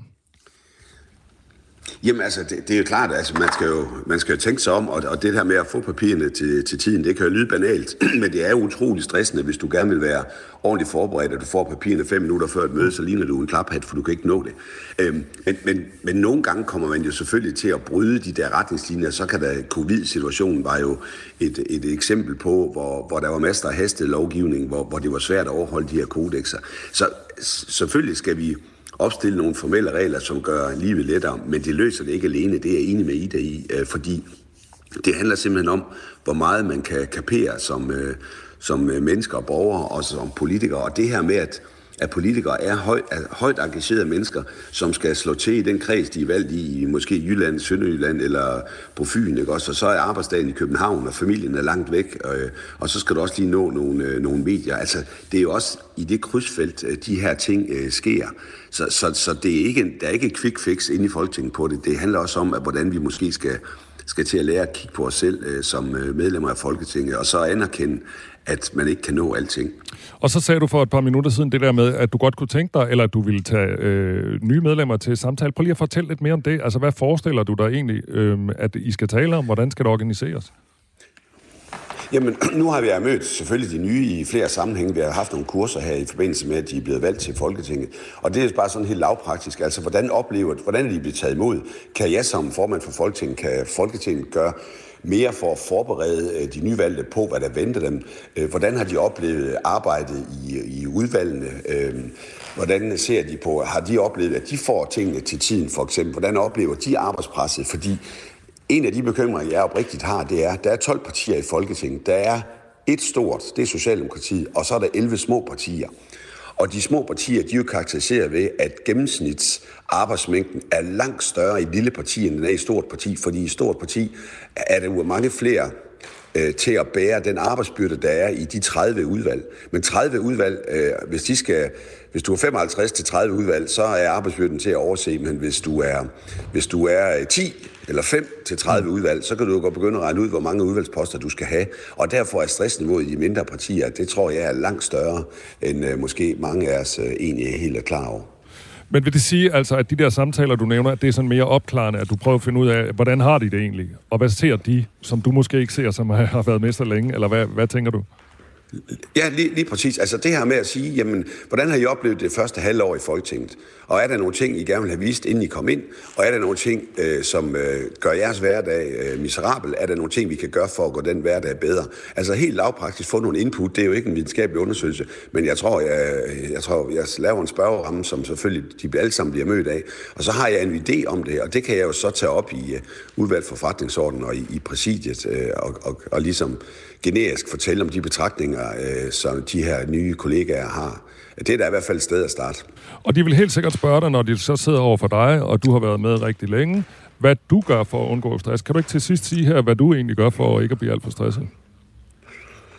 Jamen altså, det er jo klart, altså man skal jo tænke sig om, og det her med at få papirerne til tiden, det kan jo lyde banalt, men det er jo utroligt stressende, hvis du gerne vil være ordentligt forberedt, og du får papirerne 5 minutter før et møde, så ligner du en klaphat, for du kan ikke nå det. Men nogle gange kommer man jo selvfølgelig til at bryde de der retningslinjer, så kan der covid-situationen var jo et eksempel på, hvor der var masser af hastet lovgivning, hvor det var svært at overholde de her kodexer. Så selvfølgelig skal vi opstille nogle formelle regler, som gør livet lettere, men det løser det ikke alene. Det er jeg enig med Ida i, fordi det handler simpelthen om, hvor meget man kan kapere som mennesker og borgere, og som politikere. Og det her med, at politikere er højt engagerede mennesker, som skal slå til i den kreds, de er valgt i måske Jylland, Sønderjylland eller på Fyn, ikke også? Og så er arbejdsdagen i København, og familien er langt væk, og så skal du også lige nå nogle medier. Altså, det er jo også i det krydsfelt, de her ting sker. Så det er ikke, der er ikke et quick fix inde i Folketinget på det. Det handler også om, at hvordan vi måske skal til at lære at kigge på os selv som medlemmer af Folketinget, og så anerkende, at man ikke kan nå alting. Og så sagde du for et par minutter siden det der med, at du godt kunne tænke dig, eller at du ville tage nye medlemmer til samtale. Prøv lige at fortælle lidt mere om det. Altså, hvad forestiller du dig egentlig, at I skal tale om? Hvordan skal det organiseres? Jamen, nu har vi mødt selvfølgelig de nye i flere sammenhænge. Vi har haft nogle kurser her i forbindelse med, at de er blevet valgt til Folketinget. Og det er bare sådan helt lavpraktisk. Altså, hvordan er de blevet taget imod? Kan jeg som formand for Folketinget, kan Folketinget gøre mere for at forberede de nyvalgte på, hvad der venter dem? Hvordan har de oplevet arbejdet i udvalgene? Hvordan ser de på? Har de oplevet, at de får tingene til tiden, for eksempel? Hvordan oplever de arbejdspresset? Fordi en af de bekymringer, jeg oprigtigt har, det er, at der er 12 partier i Folketinget. Der er et stort, det er Socialdemokratiet, og så er der 11 små partier. Og de små partier, de er jo karakteriseret ved, at gennemsnitsarbejdsmængden er langt større i et lille parti, end den er i et stort parti. Fordi i et stort parti er der jo mange flere til at bære den arbejdsbyrde, der er i de 30 udvalg. Men 30 udvalg, hvis du er 55 til 30 udvalg, så er arbejdsbyrden til at overse. Men hvis du er 10 eller 5 til 30 udvalg, så kan du godt begynde at regne ud, hvor mange udvalgsposter du skal have. Og derfor er stressniveauet i de mindre partier, det tror jeg er langt større, end måske mange af os egentlig er helt klar over. Men vil det sige, altså, at de der samtaler, du nævner, at det er sådan mere opklarende, at du prøver at finde ud af, hvordan har de det egentlig? Og hvad ser de, som du måske ikke ser, som har været med så længe? Eller hvad tænker du? Ja, lige præcis. Altså det her med at sige, jamen, hvordan har I oplevet det første halvår i Folketinget? Og er der nogle ting, I gerne vil have vist, inden I kom ind? Og er der nogle ting, som gør jeres hverdag miserabel? Er der nogle ting, vi kan gøre for at gå den hverdag bedre? Altså helt lavpraktisk få nogle input. Det er jo ikke en videnskabelig undersøgelse, men jeg tror, jeg laver en spørgeramme, som selvfølgelig de alle sammen bliver mødt af. Og så har jeg en idé om det, og det kan jeg jo så tage op i udvalg for forretningsordenen og i præsidiet og ligesom generisk fortælle om de betragtninger, som de her nye kollegaer har. Det er da i hvert fald et sted at starte. Og de vil helt sikkert spørge dig, når de så sidder over for dig, og du har været med rigtig længe, hvad du gør for at undgå stress. Kan du ikke til sidst sige her, hvad du egentlig gør for ikke at blive alt for stresset?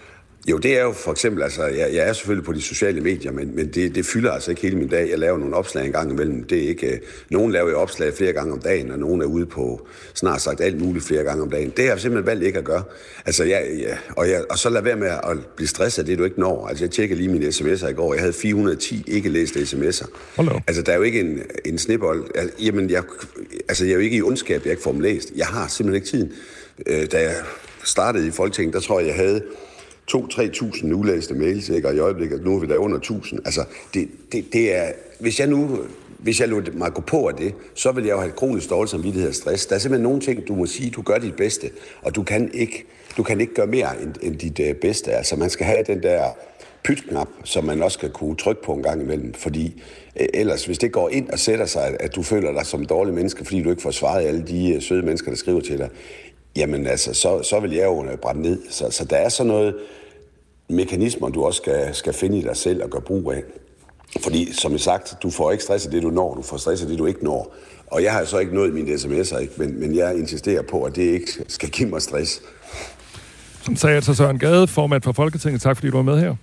Jo, det er jo for eksempel, altså, jeg er selvfølgelig på de sociale medier, men det fylder altså ikke hele min dag. Jeg laver nogle opslag en gang imellem. Det er ikke, nogen laver jo opslag flere gange om dagen, og nogen er ude på snart sagt alt muligt flere gange om dagen. Det har jeg simpelthen valgt ikke at gøre. Altså, og så lad være med at blive stresset af det, du ikke når. Altså, jeg tjekkede lige mine sms'er i går. Jeg havde 410 ikke læste sms'er. Altså, der er jo ikke en snebold. Jamen, jeg er jo ikke i ondskab, jeg ikke får dem læst. Jeg har simpelthen ikke tiden. Da jeg startede i Folketinget, der tror jeg havde 2-3.000 ulæste mails, ikke? Og i øjeblikket, nu er vi der under 1.000. Altså, det er... Hvis jeg lod mig gå på af det, så vil jeg jo have kronisk dårlig samvittighed og stress. Der er simpelthen nogle ting, du må sige, du gør dit bedste, og du kan ikke gøre mere end dit bedste. Altså, man skal have den der pytknap, som man også skal kunne trykke på en gang imellem, fordi ellers, hvis det går ind og sætter sig, at du føler dig som en dårlig menneske, fordi du ikke får svaret alle de søde mennesker, der skriver til dig, jamen altså, så vil jeg jo brænde ned. Så der er sådan noget mekanismer, du også skal finde i dig selv og gøre brug af. Fordi, som jeg sagt, du får ikke stress af det, du når, du får stress af det, du ikke når. Og jeg har så ikke nået mine sms'er, ikke? Men jeg insisterer på, at det ikke skal give mig stress. Som sagde altså Søren Gade, formand for Folketinget. Tak fordi du var med her.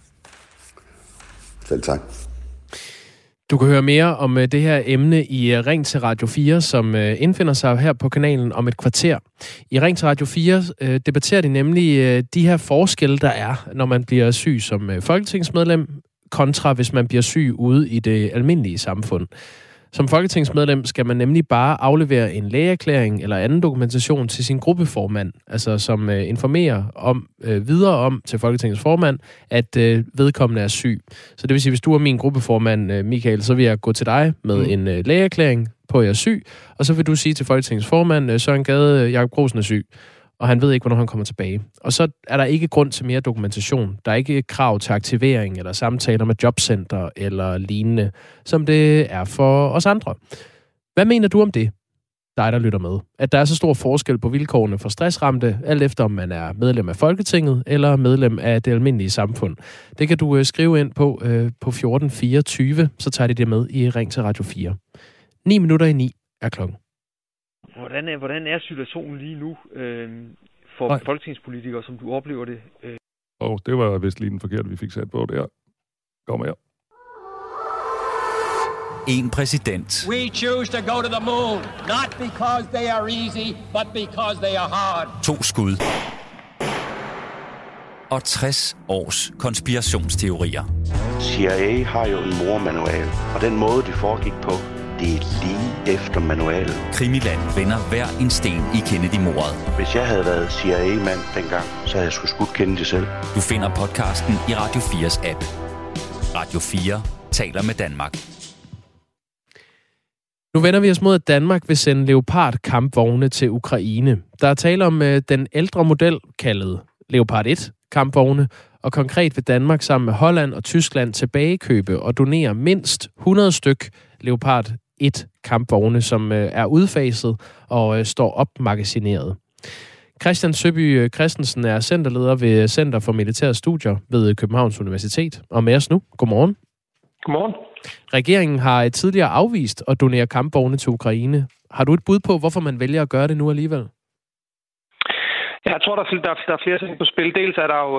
Selv tak. Du kan høre mere om det her emne i Ring til Radio 4, som indfinder sig her på kanalen om et kvarter. I Ring til Radio 4 debatterer de nemlig de her forskelle, der er, når man bliver syg som folketingsmedlem, kontra hvis man bliver syg ude i det almindelige samfund. Som folketingsmedlem skal man nemlig bare aflevere en lægeerklæring eller anden dokumentation til sin gruppeformand, altså som informerer videre om til Folketingets formand, at vedkommende er syg. Så det vil sige, hvis du er min gruppeformand, Michael, så vil jeg gå til dig med en lægeerklæring på, at jeg er syg, og så vil du sige til Folketingets formand, Søren Gade, Jakob Grosen er syg, og han ved ikke, hvornår han kommer tilbage. Og så er der ikke grund til mere dokumentation. Der er ikke krav til aktivering eller samtaler med jobcenter eller lignende, som det er for os andre. Hvad mener du om det, dig der lytter med? At der er så stor forskel på vilkårene for stressramte, alt efter om man er medlem af Folketinget eller medlem af det almindelige samfund. Det kan du skrive ind på 1424, så tager de det med i Ring til Radio 4. 9:09 er klokken. Hvordan er situationen lige nu for folketingspolitikere, som du oplever det? Det var vist lige den forkerte, vi fik sat på der. Kom her. En præsident. We choose to go to the moon, not because they are easy, but because they are hard. 2 skud. Og 60 års konspirationsteorier. CIA har jo en mormanual, og den måde, det foregik på, det er lige efter manualen. Krimiland vender hver en sten i Kennedy-mordet. Hvis jeg havde været CIA-mand dengang, så havde jeg sgu skudt Kennedy selv. Du finder podcasten i Radio 4's app. Radio 4 taler med Danmark. Nu vender vi os mod, at Danmark vil sende Leopard-kampvogne til Ukraine. Der er tale om den ældre model, kaldet Leopard 1-kampvogne, og konkret vil Danmark sammen med Holland og Tyskland tilbagekøbe og donere mindst 100 styk Leopard 1-kampvogne, som er udfaset og står opmagasineret. Christian Søby Christensen er centerleder ved Center for Militære Studier ved Københavns Universitet. Og med os nu. Godmorgen. Godmorgen. Regeringen har tidligere afvist at donere kampvogne til Ukraine. Har du et bud på, hvorfor man vælger at gøre det nu alligevel? Jeg tror, der er flere ting på spil. Dels er der jo,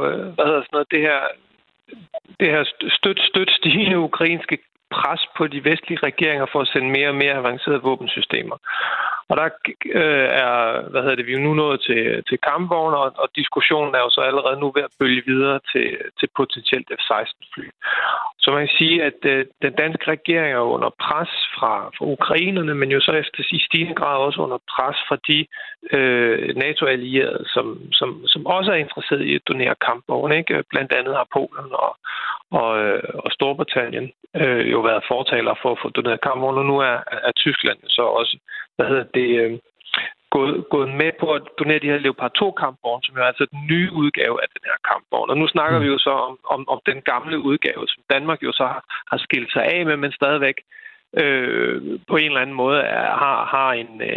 det her støt stigende ukrainske pres på de vestlige regeringer for at sende mere og mere avancerede våbensystemer. Og der vi er jo nu nået til kampvogne, og diskussionen er jo så allerede nu ved at bølge videre til potentielt F-16-fly. Så man kan sige, at den danske regering er under pres fra ukrainerne, men jo så efter i stigende grad også under pres fra de NATO-allierede, som også er interesseret i at donere kampvogne. Ikke? Blandt andet har Polen og Storbritannien jo været fortalere for at få doneret kampvogne, og nu er Tyskland så også gået med på at donere de her Leopard 2-kampvogne, som jo er altså den nye udgave af den her kampvogn. Og nu snakker vi jo så om den gamle udgave, som Danmark jo så har skilt sig af med, men stadigvæk på en eller anden måde har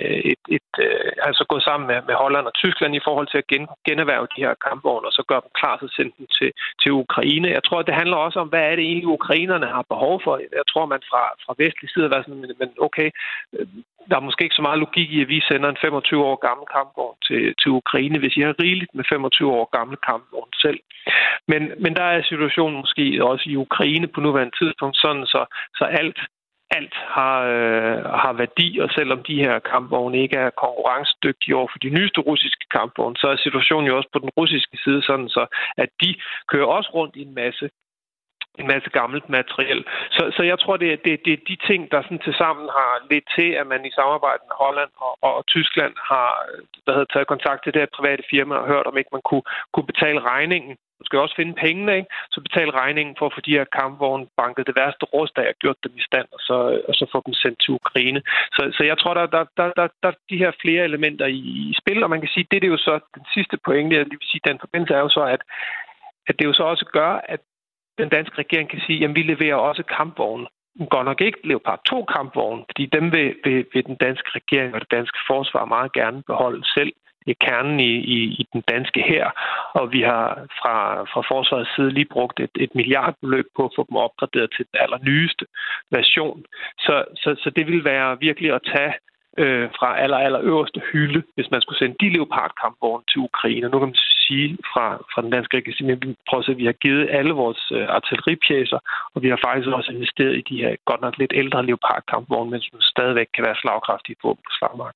altså gået sammen med Holland og Tyskland i forhold til at generhverve de her kampvogne, og så gøre dem klar til at sende dem til Ukraine. Jeg tror, det handler også om, hvad er det egentlig, ukrainerne har behov for. Jeg tror, man fra vestlig side har været sådan, men okay, der er måske ikke så meget logik i, at vi sender en 25 år gammel kampvogn til Ukraine, hvis I har rigeligt med 25 år gamle kampvogn selv. Men der er situationen måske også i Ukraine på nuværende tidspunkt sådan, så alt har værdi, og selvom de her kampvogne ikke er konkurrencedygtige over for de nyeste russiske kampvogne, så er situationen jo også på den russiske side sådan, så at de kører også rundt i en masse gammelt materiel. Så jeg tror, det er de ting, der sådan tilsammen har ledt til, at man i samarbejde med Holland og Tyskland har taget kontakt til det her private firma og hørt, om ikke man kunne betale regningen. Du skal også finde pengene, ikke? Så betale regningen for at få de her kampvogne banket det værste rust af og gjort dem i stand, og så få dem sendt til Ukraine. Så jeg tror, der er de her flere elementer i spil, og man kan sige, det er jo så den sidste pointe, jeg vil sige, den forbindelse er jo så, at det jo så også gør, at den danske regering kan sige, at vi leverer også kampvogne. Godt nok ikke Leopard 2 kampvogne, fordi dem vil den danske regering og det danske forsvar meget gerne beholde selv. Det er kernen i den danske hær, og vi har fra forsvarets side lige brugt et milliardbeløb på at få dem opgraderet til den allernyeste version. Så det vil være virkelig at tage fra aller øverste hylde, hvis man skulle sende de Leopard-kampvogne til Ukraine. Nu kan man sige fra den danske regering, at vi har givet alle vores artilleripjæser, og vi har faktisk også investeret i de her godt nok lidt ældre Leopard-kampvogne, mens man stadigvæk kan være slagkraftige på slagmarken.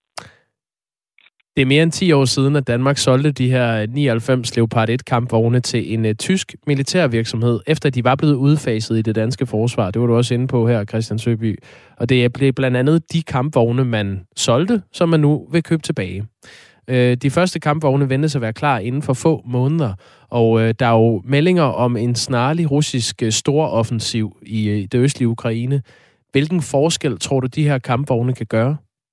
Det er mere end 10 år siden, at Danmark solgte de her 99 Leopard 1-kampvogne til en tysk militærvirksomhed, efter de var blevet udfaset i det danske forsvar. Det var du også inde på her, Christian Søby. Og det blev blandt andet de kampvogne, man solgte, som man nu vil købe tilbage. De første kampvogne ventes at være klar inden for få måneder, og der er jo meldinger om en snarlig russisk storoffensiv i det østlige Ukraine. Hvilken forskel tror du, de her kampvogne kan gøre?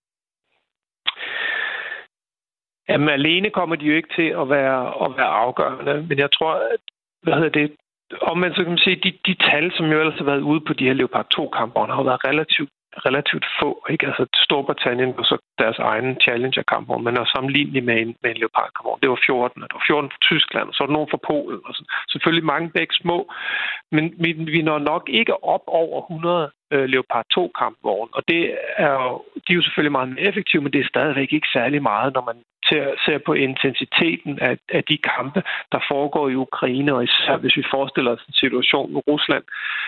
Jamen, alene kommer de jo ikke til at være afgørende, men jeg tror, at om man så kan sige, de tal, som jo ellers har været ude på de her Leopard 2-kampvogne, har været relativt få, ikke? Altså Storbritannien og så deres egen Challenger-kampvogn, men er sammenlignelig med en Leopard-kampvogn. Det var 14, og det var 14 fra Tyskland, og så var der nogen fra Polen, og så selvfølgelig mange begge små, men vi når nok ikke op over 100 Leopard 2-kampvogne, og de er jo selvfølgelig meget mere effektive, men det er stadigvæk ikke særlig meget, når man ser på intensiteten af de kampe, der foregår i Ukraine, og især hvis vi forestiller os en situation, hvor Rusland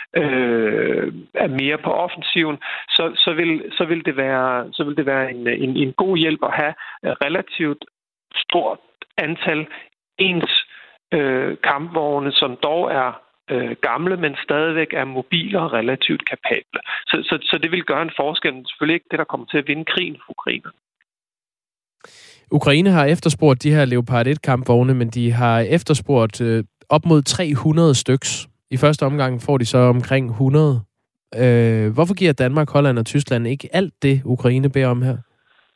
er mere på offensiven, så vil det være en god hjælp at have relativt stort antal ens kampvogne, som dog er gamle, men stadigvæk er mobile og relativt kapable. Så det vil gøre en forskel, men selvfølgelig ikke det, der kommer til at vinde krigen for Ukraine. Ukraine har efterspurgt de her Leopard 1-kampvogne, men de har efterspurgt op mod 300 styks. I første omgang får de så omkring 100. Hvorfor giver Danmark, Holland og Tyskland ikke alt det, Ukraine beder om her?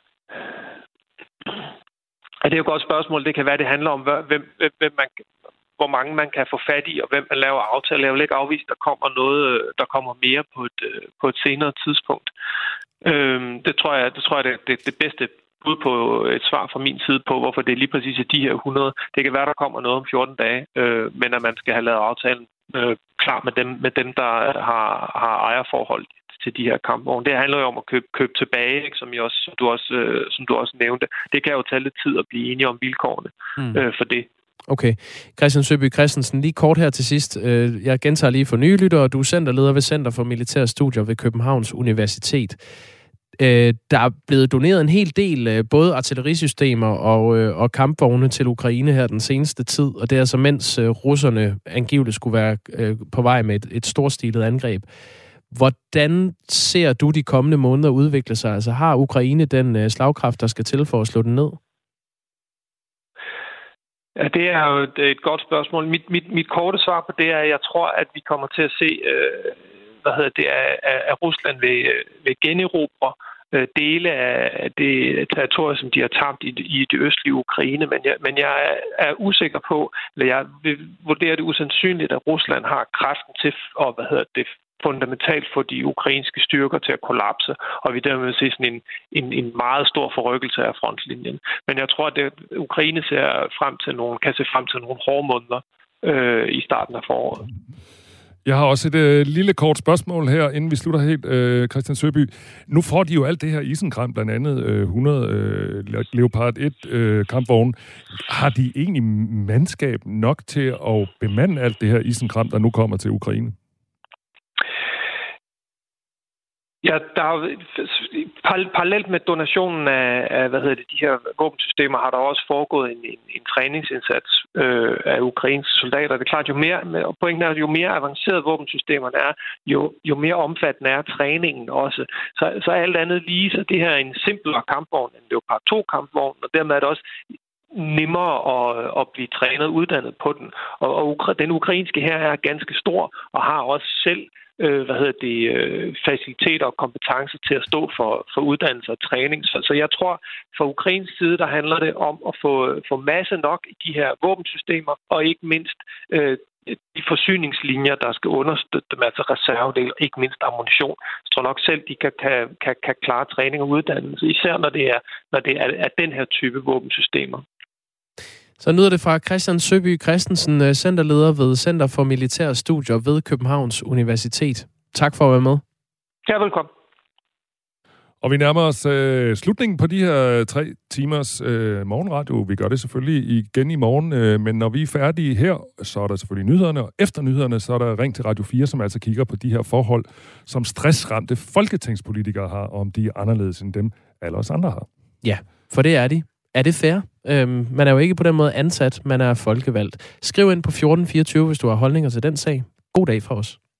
Ja, det er jo et godt spørgsmål. Det kan være, det handler om, hvor mange man kan få fat i, og hvem man laver aftaler. Jeg vil ikke afvise, at der kommer mere på et senere tidspunkt. Det tror jeg, det er det bedste bud på et svar fra min side på, hvorfor det er lige præcis de her 100. Det kan være, der kommer noget om 14 dage, men at man skal have lavet aftalen klar med dem der har ejerforhold til de her kampvogne. Det handler jo om at købe tilbage, ikke, som du også nævnte. Det kan jo tage lidt tid at blive enige om vilkårene for det. Okay. Christian Søby Christensen, lige kort her til sidst. Jeg gentager lige for nye lyttere. Du er centerleder ved Center for Militære Studier ved Københavns Universitet. Der er blevet doneret en hel del, både artillerisystemer og kampvogne til Ukraine her den seneste tid, og det er altså mens russerne angiveligt skulle være på vej med et storstilet angreb. Hvordan ser du de kommende måneder udvikle sig? Altså har Ukraine den slagkraft, der skal til for at slå den ned? Ja, det er jo et godt spørgsmål. Mit korte svar på det er, at jeg tror, at vi kommer til at se, at Rusland vil generobre dele af det territorium, som de har tabt i det østlige Ukraine. Men jeg er usikker på, eller jeg vil vurdere det usandsynligt, at Rusland har kraften til at fundamentalt få de ukrainske styrker til at kollapse, og vi dermed se sådan en meget stor forrykkelse af frontlinjen. Men jeg tror, at Ukraine kan se frem til nogle hårde måneder i starten af foråret. Jeg har også et lille kort spørgsmål her, inden vi slutter helt, Christian Søby. Nu får de jo alt det her isenkram, blandt andet 100 Leopard 1 kampvogne. Har de egentlig mandskab nok til at bemande alt det her isenkram, der nu kommer til Ukraine? Ja, der er parallelt med donationen af de her våbensystemer, har der også foregået en træningsindsats af ukrainske soldater. Det er klart, pointen er, at jo mere avancerede våbensystemerne er, jo mere omfattende er træningen også. Så alt andet lige, så det her er en simplere kampvogn end Leopard 2 kampvogn, og dermed er det også nemmere at blive trænet og uddannet på den. Og den ukrainske her er ganske stor og har også selv faciliteter og kompetencer til at stå for uddannelse og træning. Så jeg tror, fra ukrainsk side, der handler det om at få masse nok i de her våbensystemer, og ikke mindst de forsyningslinjer, der skal understøtte dem, altså reservedel, ikke mindst ammunition. Jeg tror nok selv, de kan klare træning og uddannelse, især når det er den her type våbensystemer. Så lyder det fra Christian Søby Christensen, centerleder ved Center for Militære Studier ved Københavns Universitet. Tak for at være med. Ja, velkommen. Og vi nærmer os slutningen på de her 3 timers morgenradio. Vi gør det selvfølgelig igen i morgen, men når vi er færdige her, så er der selvfølgelig nyhederne, og efter nyhederne, så er der Ring til Radio 4, som altså kigger på de her forhold, som stressramte folketingspolitikere har, om de er anderledes end dem, alle os andre har. Ja, for det er de. Er det fair? Man er jo ikke på den måde ansat, man er folkevalgt. Skriv ind på 1424, hvis du har holdninger til den sag. God dag for os.